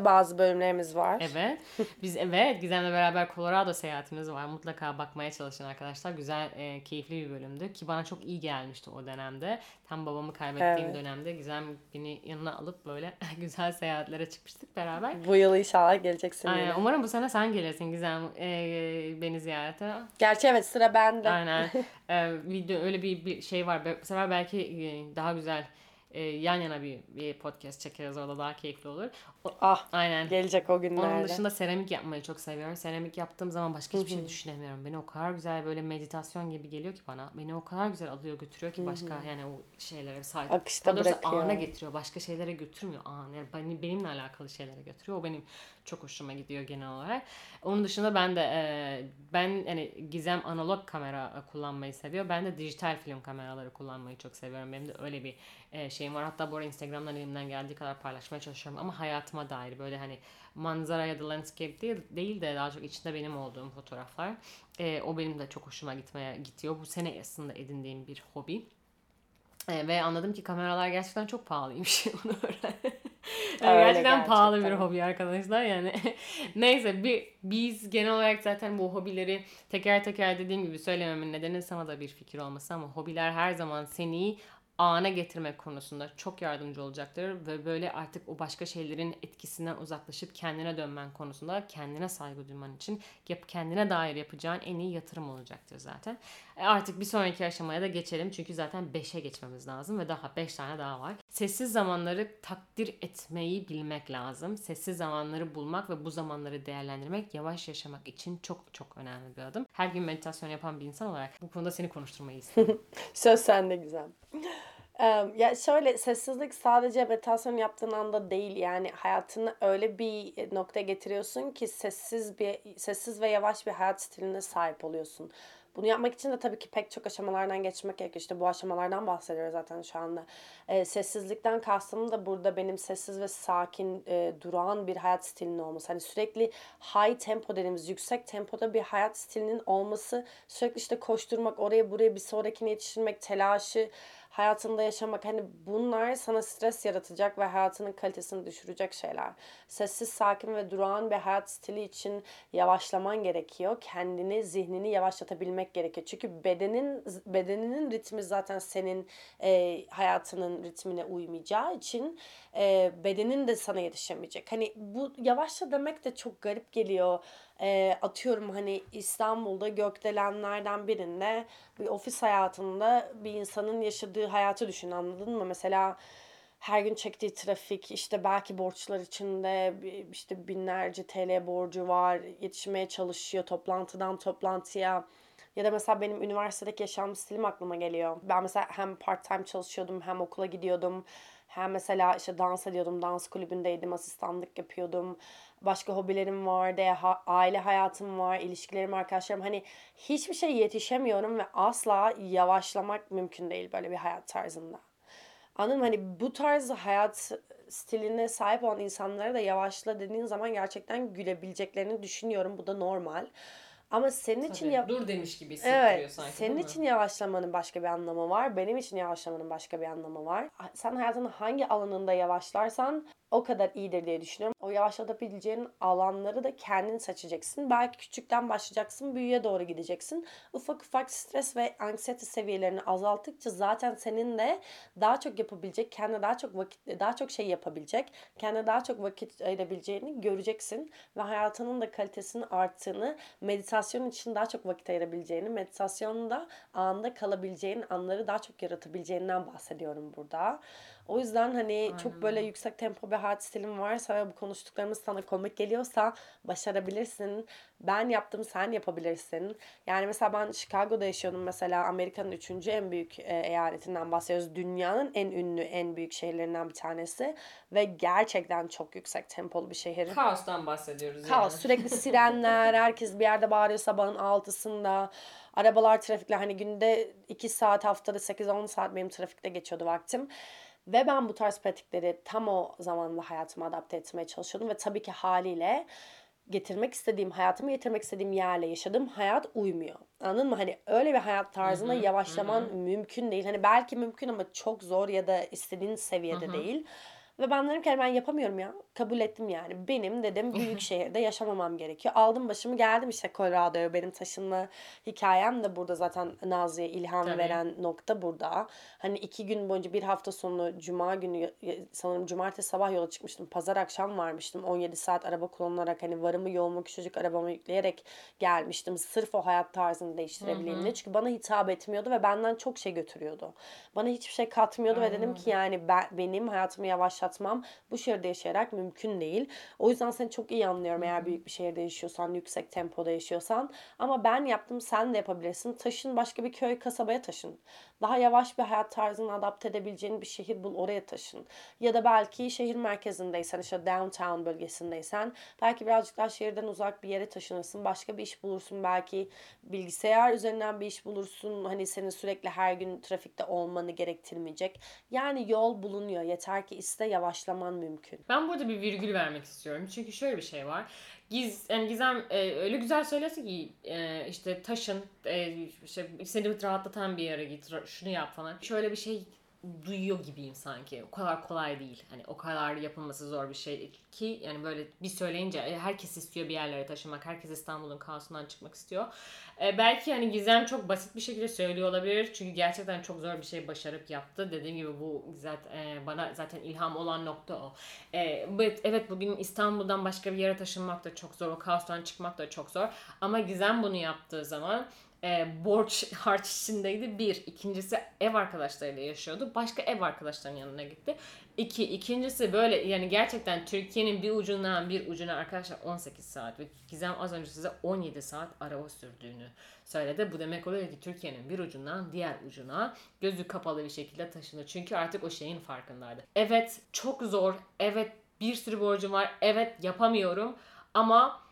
bölümlerimiz var. Evet. Biz evet Gizem'le beraber Colorado seyahatimiz var. Mutlaka bakmaya çalışın arkadaşlar. Güzel, e, keyifli bir bölümdü ki bana çok iyi gelmişti o dönemde. Tam babamı kaybettiğim Evet. dönemde Gizem beni yanına alıp böyle güzel seyahatlere çıkmıştık beraber. Bu yıl inşallah geleceksin Aynen. yine. Umarım bu sene sen gelirsin Gizem, e, beni ziyarete. Gerçi evet, sıra bende. Aynen. Ee, video öyle bir, bir şey var. Bu sefer belki e, daha güzel, e, yan yana bir, bir podcast çekeriz, orada daha keyifli olur. O- Ah, aynen. gelecek o Onun günlerde. dışında seramik yapmayı çok seviyorum. Seramik yaptığım zaman başka hiçbir şey düşünemiyorum. Beni o kadar güzel, böyle meditasyon gibi geliyor ki bana. Beni o kadar güzel alıyor götürüyor ki başka, yani o şeylere sahip. Akışta Daha doğrusu bırakıyor. ana getiriyor. Başka şeylere götürmüyor. An, yani benim, benimle alakalı şeylere götürüyor. O benim çok hoşuma gidiyor genel olarak. Onun dışında ben de e, ben hani Gizem analog kamera kullanmayı seviyor. Ben de dijital film kameraları kullanmayı çok seviyorum. Benim de öyle bir e, şeyim var. Hatta bu arada Instagram'dan elimden geldiği kadar paylaşmaya çalışıyorum. Ama hayatıma dair böyle hani manzara ya da landscape değil, değil de daha çok içinde benim olduğum fotoğraflar. E, o benim de çok hoşuma gitmeye gidiyor. Bu sene aslında edindiğim bir hobi. E, ve anladım ki kameralar gerçekten çok pahalıymış. Onu öğrendim. Yani Öyle gerçekten pahalı bir gerçekten. hobi arkadaşlar yani. Neyse, bir, biz genel olarak zaten bu hobileri teker teker dediğim gibi söylememin nedeni sana da bir fikir olması, ama hobiler her zaman seni ana getirmek konusunda çok yardımcı olacaktır ve böyle artık o başka şeylerin etkisinden uzaklaşıp kendine dönmen konusunda kendine saygı duyman için yap, kendine dair yapacağın en iyi yatırım olacaktır zaten. E artık bir sonraki aşamaya da geçelim çünkü zaten beşe geçmemiz lazım ve daha beş tane daha var. Sessiz zamanları takdir etmeyi bilmek lazım. Sessiz zamanları bulmak ve bu zamanları değerlendirmek yavaş yaşamak için çok çok önemli bir adım. Her gün meditasyon yapan bir insan olarak bu konuda seni konuşturmayı istedim. Söz sende güzel. Em, Ya şöyle, sessizlik sadece meditasyon yaptığın anda değil, yani hayatını öyle bir noktaya getiriyorsun ki sessiz bir sessiz ve yavaş bir hayat stiline sahip oluyorsun. Bunu yapmak için de tabii ki pek çok aşamalardan geçmek gerekiyor. İşte bu aşamalardan bahsediyoruz zaten şu anda. Ee, sessizlikten kastım da burada benim sessiz ve sakin, e, durağan bir hayat stilinin olması. Hani sürekli high tempo dediğimiz yüksek tempoda bir hayat stilinin olması, sürekli işte koşturmak, oraya buraya bir sonrakine yetiştirmek, telaşı hayatında yaşamak, hani bunlar sana stres yaratacak ve hayatının kalitesini düşürecek şeyler. Sessiz, sakin ve durağan bir hayat stili için yavaşlaman gerekiyor. Kendini, zihnini yavaşlatabilmek gerekiyor. Çünkü bedenin bedeninin ritmi zaten senin e, hayatının ritmine uymayacağı için e, bedenin de sana yetişemeyecek. Hani bu yavaşla demek de çok garip geliyor. E, atıyorum hani İstanbul'da gökdelenlerden birinde bir ofis hayatında bir insanın yaşadığı hayatı düşün, anladın mı? Mesela her gün çektiği trafik, işte belki borçlar içinde işte binlerce T L borcu var, yetişmeye çalışıyor toplantıdan toplantıya. Ya da mesela benim üniversitedeki yaşam stilim aklıma geliyor. Ben mesela hem part time çalışıyordum, hem okula gidiyordum. Hem mesela işte dans ediyordum, dans kulübündeydim, asistanlık yapıyordum. Başka hobilerim vardı, ha- aile hayatım var, ilişkilerim, arkadaşlarım. Hani hiçbir şey yetişemiyorum ve asla yavaşlamak mümkün değil böyle bir hayat tarzında. Anladın mı? Hani bu tarz hayat stiline sahip olan insanlara da yavaşla dediğin zaman gerçekten gülebileceklerini düşünüyorum. Bu da normal. Ama senin için Tabii. ya Dur demiş gibi hissettiriyor evet, sanki, senin değil mi? için yavaşlamanın başka bir anlamı var. Benim için yavaşlamanın başka bir anlamı var. Sen hayatının hangi alanında yavaşlarsan o kadar iyidir diye düşünüyorum. O yavaşlatabileceğin alanları da kendin seçeceksin. Belki küçükten başlayacaksın, büyüye doğru gideceksin. Ufak ufak stres ve anksiyete seviyelerini azalttıkça zaten senin de daha çok yapabilecek, kendine daha çok vakit, daha çok şey yapabilecek, kendine daha çok vakit ayırabileceğini göreceksin ve hayatının da kalitesinin arttığını, meditasyon için daha çok vakit ayırabileceğini, meditasyonda anda kalabileceğin anları daha çok yaratabileceğinden bahsediyorum burada. O yüzden hani çok Aynen böyle öyle. yüksek tempo bir hayat stilin varsa ve bu konuştuklarımız sana komik geliyorsa başarabilirsin. Ben yaptım, sen yapabilirsin. Yani mesela ben Chicago'da yaşıyordum mesela. Amerika'nın üçüncü en büyük e, eyaletinden bahsediyoruz. Dünyanın en ünlü, en büyük şehirlerinden bir tanesi. Ve gerçekten çok yüksek tempolu bir şehir. Kaostan bahsediyoruz Kaos, yani. sürekli sirenler, herkes bir yerde bağırıyor sabahın altısında. Arabalar trafikler, hani günde iki saat, haftada sekiz on saat benim trafikte geçiyordu vaktim. Ve ben bu tarz pratikleri tam o zamanla hayatıma adapte etmeye çalışıyordum. Ve tabii ki haliyle getirmek istediğim, hayatımı getirmek istediğim yerle yaşadığım hayat uymuyor. Anladın mı? Hani öyle bir hayat Hı tarzında hı, hı yavaşlaman hı, mümkün değil. Hani belki mümkün ama çok zor ya da istediğin hı seviyede hı. değil. Ve ben dedim ki "Hani ben yapamıyorum ya. Kabul ettim yani. Benim dedim büyük şehirde yaşamamam gerekiyor. Aldım başımı geldim işte Colorado'ya. Benim taşınma hikayem de burada zaten Nazlı'ya ilham Tabii. veren nokta burada. Hani iki gün boyunca bir hafta sonu cuma günü sanırım cumartesi sabah yola çıkmıştım. Pazar akşam varmıştım. on yedi saat araba kullanarak hani varımı yoğumu küçücük arabama yükleyerek gelmiştim. Sırf o hayat tarzını değiştirebileyim diye. Çünkü bana hitap etmiyordu ve benden çok şey götürüyordu. Bana hiçbir şey katmıyordu ve Aynen dedim ki öyle. yani ben, benim hayatımı yavaşlatmam bu şehirde yaşayarak mümkün değil. O yüzden seni çok iyi anlıyorum eğer büyük bir şehirde yaşıyorsan, yüksek tempoda yaşıyorsan. Ama ben yaptım, sen de yapabilirsin. Taşın, başka bir köy, kasabaya taşın. Daha yavaş bir hayat tarzını adapte edebileceğin bir şehir bul, oraya taşın. Ya da belki şehir merkezindeysen, işte downtown bölgesindeysen, belki birazcık daha şehirden uzak bir yere taşınırsın. Başka bir iş bulursun. Belki bilgisayar üzerinden bir iş bulursun. Hani senin sürekli her gün trafikte olmanı gerektirmeyecek. Yani yol bulunuyor. Yeter ki iste, yavaşlaman mümkün. Ben burada bir virgül vermek istiyorum. Çünkü şöyle bir şey var. Giz, yani Gizem e, öyle güzel söylesin ki e, işte taşın, e, işte seni rahatlatan bir yere git, şunu yap falan. Şöyle bir şey duyuyor gibiyim sanki. O kadar kolay değil. Hani o kadar yapılması zor bir şey ki yani böyle bir söyleyince e, herkes istiyor bir yerlere taşımak. Herkes İstanbul'un kaosundan çıkmak istiyor. E, belki hani Gizem çok basit bir şekilde söylüyor olabilir. Çünkü gerçekten çok zor bir şey başarıp yaptı. Dediğim gibi bu zaten e, bana zaten ilham olan nokta o. E, evet, evet bugün İstanbul'dan başka bir yere taşınmak da çok zor. O kaostan çıkmak da çok zor. Ama Gizem bunu yaptığı zaman e, borç harç içindeydi. Bir. İkincisi ev arkadaşlarıyla yaşıyordu. Başka ev arkadaşlarının yanına gitti. İki. İkincisi böyle yani gerçekten Türkiye'nin bir ucundan bir ucuna arkadaşlar on sekiz saat ve Gizem az önce size on yedi saat araba sürdüğünü söyledi. Bu demek oluyor ki Türkiye'nin bir ucundan diğer ucuna gözü kapalı bir şekilde taşındı. Çünkü artık o şeyin farkındaydı. Evet çok zor. Evet bir sürü borcum var. Evet yapamıyorum. Ama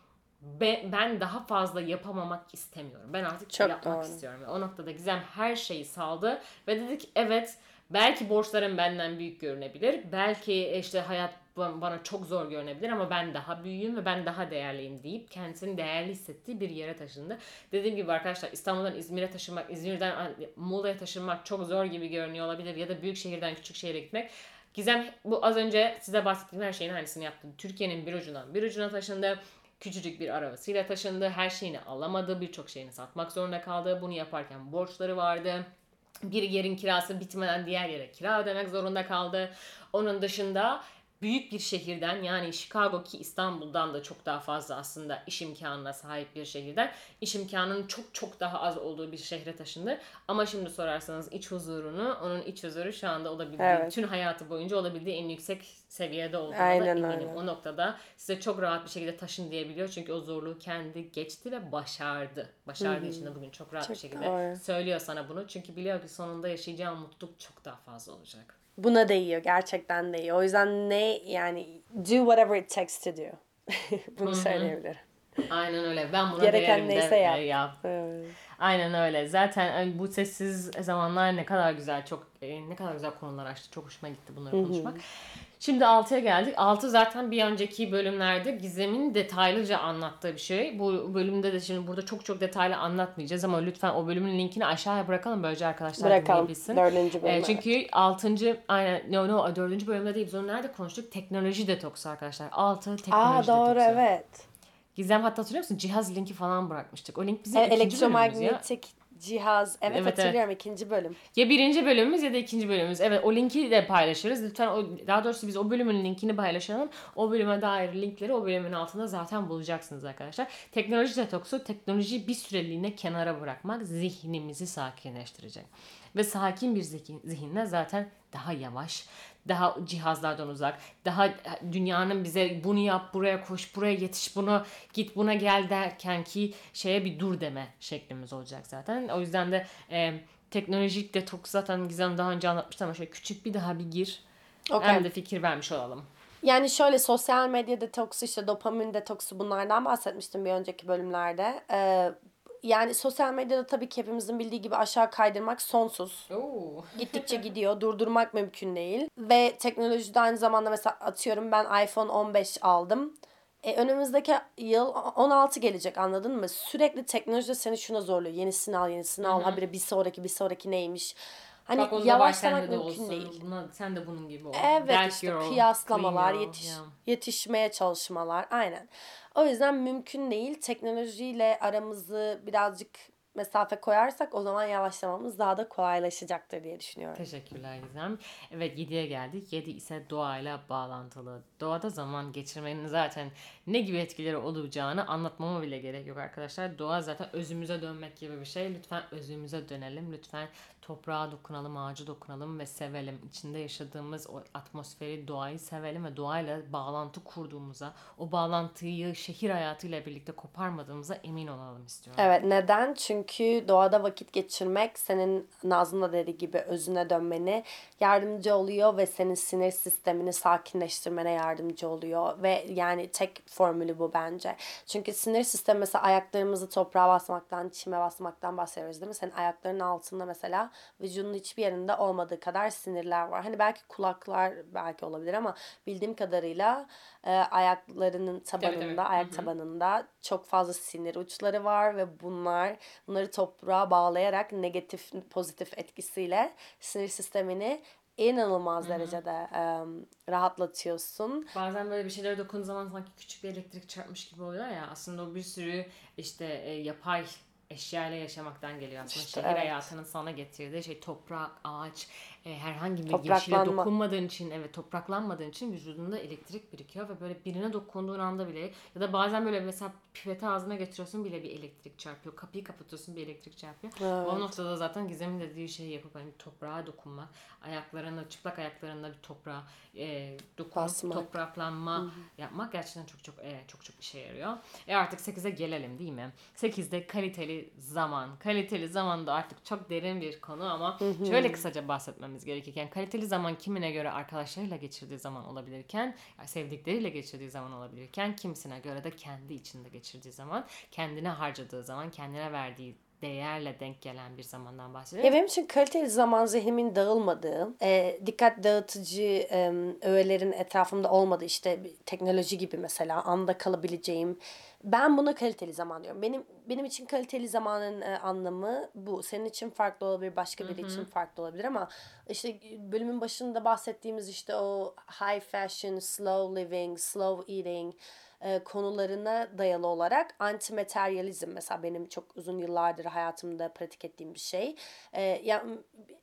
ben daha fazla yapamamak istemiyorum. Ben artık Çok yapmak doğru. istiyorum. O noktada Gizem her şeyi saldı ve dedi ki evet belki borçlarım benden büyük görünebilir. Belki işte hayat bana çok zor görünebilir ama ben daha büyüğüm ve ben daha değerliyim deyip kendisini değerli hissettiği bir yere taşındı. Dediğim gibi arkadaşlar İstanbul'dan İzmir'e taşınmak, İzmir'den Muğla'ya taşınmak çok zor gibi görünüyor olabilir ya da büyük şehirden küçük şehire gitmek. Gizem bu az önce size bahsettiğim her şeyin aynısını yaptı. Türkiye'nin bir ucundan bir ucuna taşındı. Küçücük bir arabasıyla taşındı. Her şeyini alamadı. Birçok şeyini satmak zorunda kaldı. Bunu yaparken borçları vardı. Bir yerin kirası bitmeden diğer yere kira ödemek zorunda kaldı. Onun dışında büyük bir şehirden yani Chicago ki İstanbul'dan da çok daha fazla aslında iş imkanına sahip bir şehirden iş imkanının çok çok daha az olduğu bir şehre taşındı. Ama şimdi sorarsanız iç huzurunu, onun iç huzuru şu anda olabildiği, Evet. tüm hayatı boyunca olabildiği en yüksek seviyede olduğuna da Aynen eminim. öyle. O noktada size çok rahat bir şekilde taşın diyebiliyor. Çünkü o zorluğu kendi geçti ve başardı. Başardığı için de bugün çok rahat Çok bir şekilde doğru. söylüyor sana bunu. Çünkü biliyor ki sonunda yaşayacağın mutluluk çok daha fazla olacak. Buna değiyor. Gerçekten değiyor. O yüzden ne yani do whatever it takes to do. Bunu söyleyebilirim. Aynen öyle. Ben buna Gereken değerim de neyse e, yap. yap. Evet. Aynen öyle. Zaten e, bu sessiz zamanlar ne kadar güzel, çok e, ne kadar güzel konular açtı. Çok hoşuma gitti bunları konuşmak. Şimdi altıya geldik. altı zaten bir önceki bölümlerde Gizem'in detaylıca anlattığı bir şey. Bu bölümde de şimdi burada çok çok detaylı anlatmayacağız ama lütfen o bölümün linkini aşağıya bırakalım böylece arkadaşlar Bırakalım. dinleyebilsin. Dördüncü bölüm. E, çünkü altıncı aynen no no dördüncü bölümde değil biz onu nerede konuştuk? Teknoloji detoksu arkadaşlar. altı teknoloji Aa doğru detoksu. evet. Gizem hatta hatırlıyor musun? Cihaz linki falan bırakmıştık. O link bizim E, ikinci bölümümüz ya. elektromanyetik cihaz. Evet, Evet, hatırlıyorum ikinci bölüm. Ya birinci bölümümüz ya da ikinci bölümümüz. Evet o linki de paylaşırız. Lütfen o, daha doğrusu biz o bölümün linkini paylaşalım. O bölüme dair linkleri o bölümün altında zaten bulacaksınız arkadaşlar. Teknoloji detoksu teknolojiyi bir süreliğine kenara bırakmak zihnimizi sakinleştirecek. Ve sakin bir zihin, zihinle zaten daha yavaş, daha cihazlardan uzak, daha dünyanın bize bunu yap, buraya koş, buraya yetiş, bunu git, buna gel derken ki şeye bir dur deme şeklimiz olacak zaten. O yüzden de e, teknolojik detoks zaten Gizem daha önce anlatmıştı ama şöyle küçük bir daha bir gir. Okay. Hem de fikir vermiş olalım. Yani şöyle sosyal medya detoksu, işte dopamin detoksu, bunlardan bahsetmiştim bir önceki bölümlerde. Ee, yani sosyal medyada tabii ki hepimizin bildiği gibi aşağı kaydırmak sonsuz. Oo. Gittikçe gidiyor. Durdurmak mümkün değil. Ve teknolojide aynı zamanda mesela atıyorum ben iPhone on beş aldım. E, önümüzdeki yıl on altı gelecek, anladın mı? Sürekli teknoloji seni şuna zorluyor. Yenisini al, yenisini al. Habire bir sonraki, bir sonraki neymiş? Hani Bak o da var yavaşlamak sende de mümkün olsun. değil. Buna, sen de bunun gibi ol. Evet That işte girl, kıyaslamalar, clean girl. yetiş, Yeah. yetişmeye çalışmalar aynen. O yüzden mümkün değil. Teknolojiyle aramızı birazcık mesafe koyarsak o zaman yavaşlamamız daha da kolaylaşacaktır diye düşünüyorum. Teşekkürler Gizem. Evet yediye geldik. yedi ise doğayla bağlantılı. Doğada zaman geçirmenin zaten ne gibi etkileri olacağını anlatmama bile gerek yok arkadaşlar. Doğa zaten özümüze dönmek gibi bir şey. Lütfen özümüze dönelim. Lütfen toprağa dokunalım, ağaca dokunalım ve sevelim. İçinde yaşadığımız o atmosferi, doğayı sevelim ve doğayla bağlantı kurduğumuza, o bağlantıyı şehir hayatıyla birlikte koparmadığımıza emin olalım istiyorum. Evet neden? Çünkü doğada vakit geçirmek senin Nazlı'nın da dediği gibi özüne dönmeni yardımcı oluyor ve senin sinir sistemini sakinleştirmene yardımcı oluyor ve yani tek formülü bu bence. Çünkü sinir sistemi mesela ayaklarımızı toprağa basmaktan, çime basmaktan bahsediyoruz değil mi? Senin ayaklarının altında mesela vücudun hiçbir yerinde olmadığı kadar sinirler var. Hani belki kulaklar belki olabilir ama bildiğim kadarıyla e, ayaklarının tabanında, tabii. ayak Hı hı. tabanında çok fazla sinir uçları var ve bunlar bunları toprağa bağlayarak negatif pozitif etkisiyle sinir sistemini inanılmaz derecede e, rahatlatıyorsun. Bazen böyle bir şeylere dokunduğun zaman sanki küçük bir elektrik çarpmış gibi oluyor ya. Aslında o bir sürü işte e, yapay eşyayla yaşamaktan geliyor aslında. İşte Şehir evet. hayatının sana getirdiği şey toprak, ağaç, e, herhangi bir yeşile Topraklanma. dokunmadığın için, evet topraklanmadığın için vücudunda elektrik birikiyor ve böyle birine dokunduğun anda bile ya da bazen böyle mesela pipeti ağzına getiriyorsun bile bir elektrik çarpıyor. Kapıyı kapatıyorsun bir elektrik çarpıyor. Evet. O noktada zaten Gizem'in dediği şeyi yapıp hani toprağa dokunmak, ayaklarına, çıplak ayaklarında bir toprağa e, dokunup Basmak. topraklanma yapmak gerçekten çok çok e, çok çok işe yarıyor. E artık sekize gelelim değil mi? sekizde kaliteli zaman. Kaliteli zaman da artık çok derin bir konu ama şöyle kısaca bahsetmemiz gerekirken kaliteli zaman kimine göre arkadaşlarıyla geçirdiği zaman olabilirken, yani sevdikleriyle geçirdiği zaman olabilirken kimisine göre de kendi içinde geçirdiği zaman, kendine harcadığı zaman, kendine verdiği değerle denk gelen bir zamandan bahsediyoruz. Ya benim için kaliteli zaman zihnimin dağılmadığı, e, dikkat dağıtıcı e, öğelerin etrafımda olmadığı işte bir teknoloji gibi mesela anda kalabileceğim. Ben buna kaliteli zaman diyorum. Benim benim için kaliteli zamanın e, anlamı bu. Senin için farklı olabilir, başka biri için farklı olabilir ama işte bölümün başında bahsettiğimiz işte o high fashion, slow living, slow eating e, konularına dayalı olarak anti-materyalizm mesela benim çok uzun yıllardır hayatımda pratik ettiğim bir şey. E, yani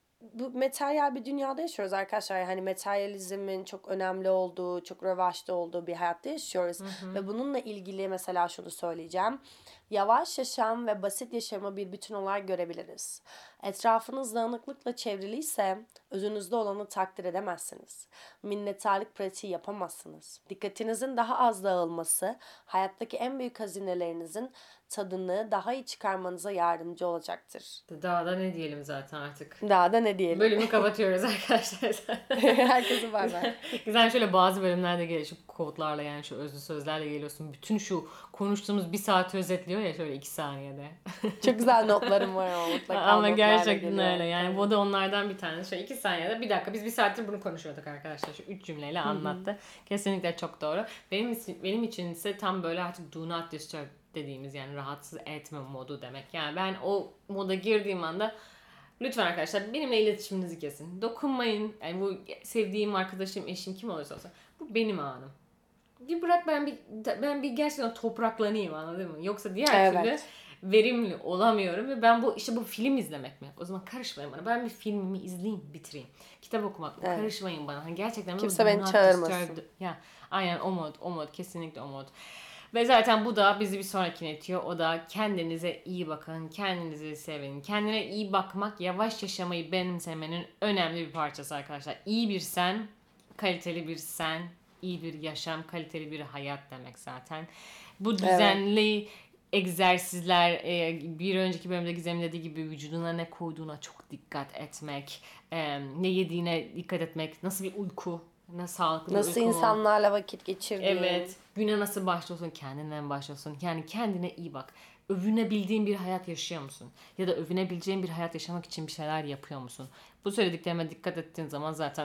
bu materyal bir dünyada yaşıyoruz arkadaşlar. Hani materyalizmin çok önemli olduğu, çok revaçta olduğu bir hayatta yaşıyoruz. Ve bununla ilgili mesela şunu söyleyeceğim. Yavaş yaşam ve basit yaşamı bir bütün olarak görebiliriz. Etrafınız dağınıklıkla çevriliyse özünüzde olanı takdir edemezsiniz. Minnettarlık pratiği yapamazsınız. Dikkatinizin daha az dağılması hayattaki en büyük hazinelerinizin tadını daha iyi çıkarmanıza yardımcı olacaktır. Daha da ne diyelim zaten artık. Daha da ne diyelim. Bölümü kapatıyoruz arkadaşlar. Herkese bay bay. Güzel şöyle bazı bölümlerde geliyor şu kodlarla yani şu özlü sözlerle geliyorsun. Bütün şu konuştuğumuz bir saati özetliyor ya şöyle iki saniyede. Çok güzel notlarım var ama mutlaka Ama notlarla gerçekten geliyorum. öyle. Yani Aynen. bu da onlardan bir tanesi. Şöyle iki saniyede bir dakika biz bir saattir bunu konuşuyorduk arkadaşlar. Şu üç cümleyle anlattı. Kesinlikle çok doğru. Benim için, benim için ise tam böyle artık do not disturb dediğimiz yani rahatsız etme modu demek. Yani ben o moda girdiğim anda lütfen arkadaşlar benimle iletişiminizi kesin. Dokunmayın. Yani bu sevdiğim arkadaşım, eşim kim olursa olsun. Bu benim anım. Bir bırak ben bir ben bir gerçekten topraklanayım anladın mı? Yoksa diğer Evet. türlü verimli olamıyorum ve ben bu işte bu film izlemek mi? O zaman karışmayın bana. Ben bir filmimi izleyeyim, bitireyim. Kitap okumak mı? Evet. Karışmayın bana. Hani gerçekten Kimse do beni not çağırmasın. disturb- Ya aynen o mod, o mod kesinlikle o mod. Ve zaten bu da bizi bir sonrakine itiyor. O da kendinize iyi bakın, kendinizi sevin. Kendine iyi bakmak, yavaş yaşamayı benimsemenin önemli bir parçası arkadaşlar. İyi bir sen, kaliteli bir sen, iyi bir yaşam, kaliteli bir hayat demek zaten. Bu düzenli egzersizler, e, bir önceki bölümde Gizem'in dediği gibi vücuduna ne koyduğuna çok dikkat etmek, e, ne yediğine dikkat etmek, nasıl bir uyku, ne sağlıklı bir Nasıl uyku mu? insanlarla vakit geçirdiğin. Evet. Güne nasıl başlıyorsun? Kendinden başlıyorsun. Yani kendine iyi bak. Övünebildiğin bir hayat yaşıyor musun? Ya da övünebileceğin bir hayat yaşamak için bir şeyler yapıyor musun? Bu söylediklerime dikkat ettiğin zaman zaten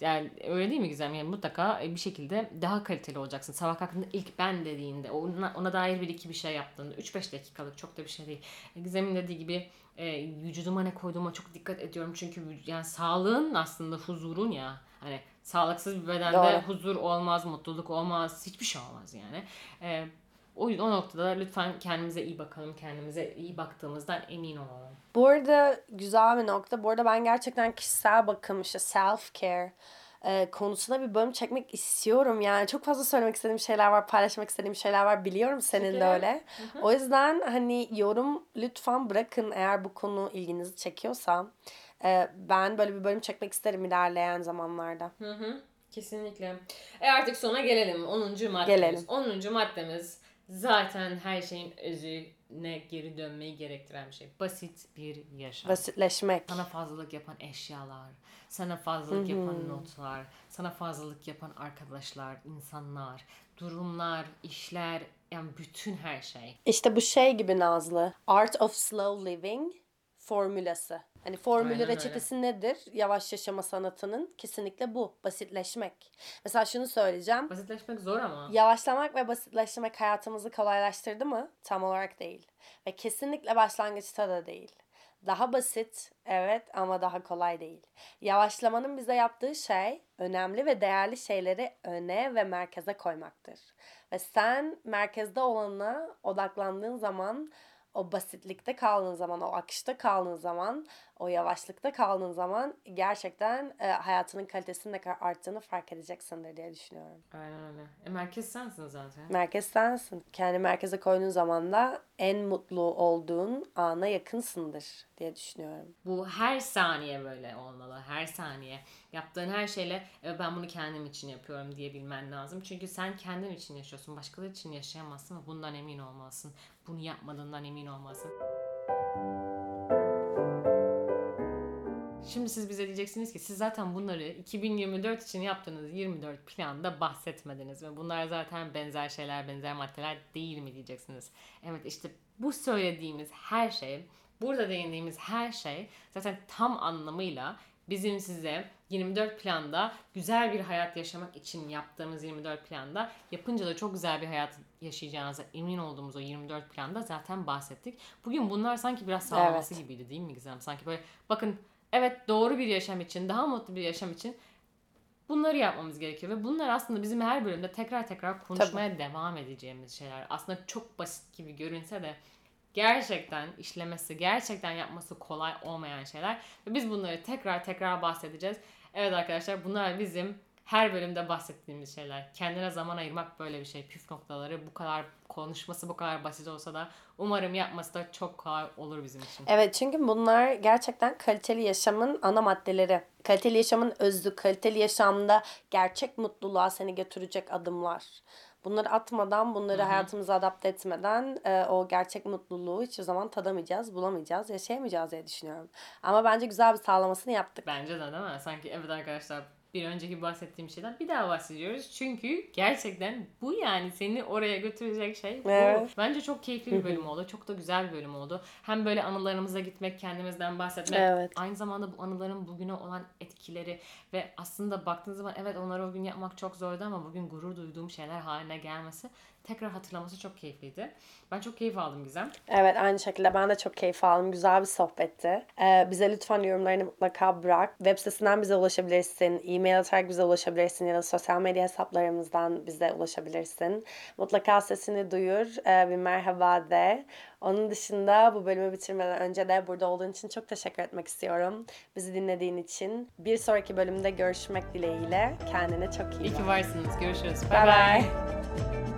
yani öyle değil mi Gizem? Yani mutlaka bir şekilde daha kaliteli olacaksın. Sabah kalktığında ilk ben dediğinde, ona, ona dair bir iki bir şey yaptığında, üç beş dakikalık çok da bir şey değil. Gizem'in dediği gibi e, vücuduma ne koyduğuma çok dikkat ediyorum. Çünkü yani sağlığın aslında huzurun ya. Hani sağlıksız bir bedende Doğru. huzur olmaz, mutluluk olmaz, hiçbir şey olmaz yani. E, o, o noktada lütfen kendimize iyi bakalım, kendimize iyi baktığımızdan emin olalım. Bu arada güzel bir nokta. Bu arada ben gerçekten kişisel bakım, işte self care e, konusunda bir bölüm çekmek istiyorum. Yani çok fazla söylemek istediğim şeyler var, paylaşmak istediğim şeyler var. Biliyorum senin de Şekerim. öyle. O yüzden hani yorum lütfen bırakın eğer bu konu ilginizi çekiyorsa. E, ben böyle bir bölüm çekmek isterim ilerleyen zamanlarda. Hı hı, kesinlikle. E artık sona gelelim. onuncu maddemiz. Gelelim. onuncu maddemiz zaten her şeyin özüne geri dönmeyi gerektiren bir şey. Basit bir yaşam. Basitleşmek. Sana fazlalık yapan eşyalar, sana fazlalık yapan notlar, sana fazlalık yapan arkadaşlar, insanlar, durumlar, işler, yani bütün her şey. İşte bu şey gibi Nazlı. Art of Slow Living formülası. Hani formülü Aynen öyle. reçetesi nedir? Yavaş yaşama sanatının kesinlikle bu. Basitleşmek. Mesela şunu söyleyeceğim. Basitleşmek zor ama. Yavaşlamak ve basitleşmek hayatımızı kolaylaştırdı mı? Tam olarak değil. Ve kesinlikle başlangıçta da değil. Daha basit, evet, ama daha kolay değil. Yavaşlamanın bize yaptığı şey önemli ve değerli şeyleri öne ve merkeze koymaktır. Ve sen merkezde olana odaklandığın zaman, o basitlikte kaldığın zaman, o akışta kaldığın zaman, o yavaşlıkta kaldığın zaman gerçekten e, hayatının kalitesinin ne kadar arttığını fark edeceksindir diye düşünüyorum. Aynen öyle. E merkez sensin zaten. Merkez sensin. Kendi merkeze koyduğun zaman da en mutlu olduğun ana yakınsındır diye düşünüyorum. Bu her saniye böyle olmalı. Her saniye. Yaptığın her şeyle "E, ben bunu kendim için yapıyorum" diyebilmen lazım. Çünkü sen kendin için yaşıyorsun. Başkaları için yaşayamazsın ve bundan emin olmalısın. Bunu yapmadığından emin olmalısın. Şimdi siz bize diyeceksiniz ki siz zaten bunları iki bin yirmi dört için yaptığınız yirmi dört planda bahsetmediniz ve bunlar zaten benzer şeyler, benzer maddeler değil mi diyeceksiniz. Evet, işte bu söylediğimiz her şey, burada değindiğimiz her şey zaten tam anlamıyla bizim size yirmi dört planda güzel bir hayat yaşamak için yaptığımız yirmi dört planda, yapınca da çok güzel bir hayat yaşayacağınıza emin olduğumuz o yirmi dört planda zaten bahsettik. Bugün bunlar sanki biraz sağlaması Evet. gibiydi değil mi Gizem? Sanki böyle bakın, evet, doğru bir yaşam için, daha mutlu bir yaşam için bunları yapmamız gerekiyor. Ve bunlar aslında bizim her bölümde tekrar tekrar konuşmaya devam edeceğimiz şeyler. Aslında çok basit gibi görünse de gerçekten işlemesi, gerçekten yapması kolay olmayan şeyler. Ve biz bunları tekrar tekrar bahsedeceğiz. Evet arkadaşlar, bunlar bizim her bölümde bahsettiğimiz şeyler. Kendine zaman ayırmak böyle bir şey. Püf noktaları, bu kadar konuşması bu kadar basit olsa da umarım yapması da çok kolay olur bizim için. Evet, çünkü bunlar gerçekten kaliteli yaşamın ana maddeleri. Kaliteli yaşamın özü, kaliteli yaşamda gerçek mutluluğa seni götürecek adımlar. Bunları atmadan, bunları hayatımıza adapte etmeden e, o gerçek mutluluğu hiçbir zaman tadamayacağız, bulamayacağız, yaşayamayacağız diye düşünüyorum. Ama bence güzel bir sağlamasını yaptık. Bence de değil mi? Sanki evet arkadaşlar, bir önceki bahsettiğim şeyden bir daha bahsediyoruz. Çünkü gerçekten bu, yani seni oraya götürecek şey bu. Evet. Bence çok keyifli bir bölüm oldu. Çok da güzel bir bölüm oldu. Hem böyle anılarımıza gitmek, kendimizden bahsetmek. Evet. Aynı zamanda bu anıların bugüne olan etkileri ve aslında baktığınız zaman evet, onları o gün yapmak çok zordu ama bugün gurur duyduğum şeyler haline gelmesi, tekrar hatırlaması çok keyifliydi. Ben çok keyif aldım Gizem. Evet, aynı şekilde ben de çok keyif aldım. Güzel bir sohbetti. Ee, bize lütfen yorumlarını mutlaka bırak. Web sitesinden bize ulaşabilirsin. E-mail atarak bize ulaşabilirsin ya da sosyal medya hesaplarımızdan bize ulaşabilirsin. Mutlaka sesini duyur. Ee, bir merhaba de. Onun dışında bu bölümü bitirmeden önce de burada olduğun için çok teşekkür etmek istiyorum. Bizi dinlediğin için. Bir sonraki bölümde görüşmek dileğiyle. Kendine çok iyi İyi bak. ki varsınız. Görüşürüz. Bye Bye bye. bye.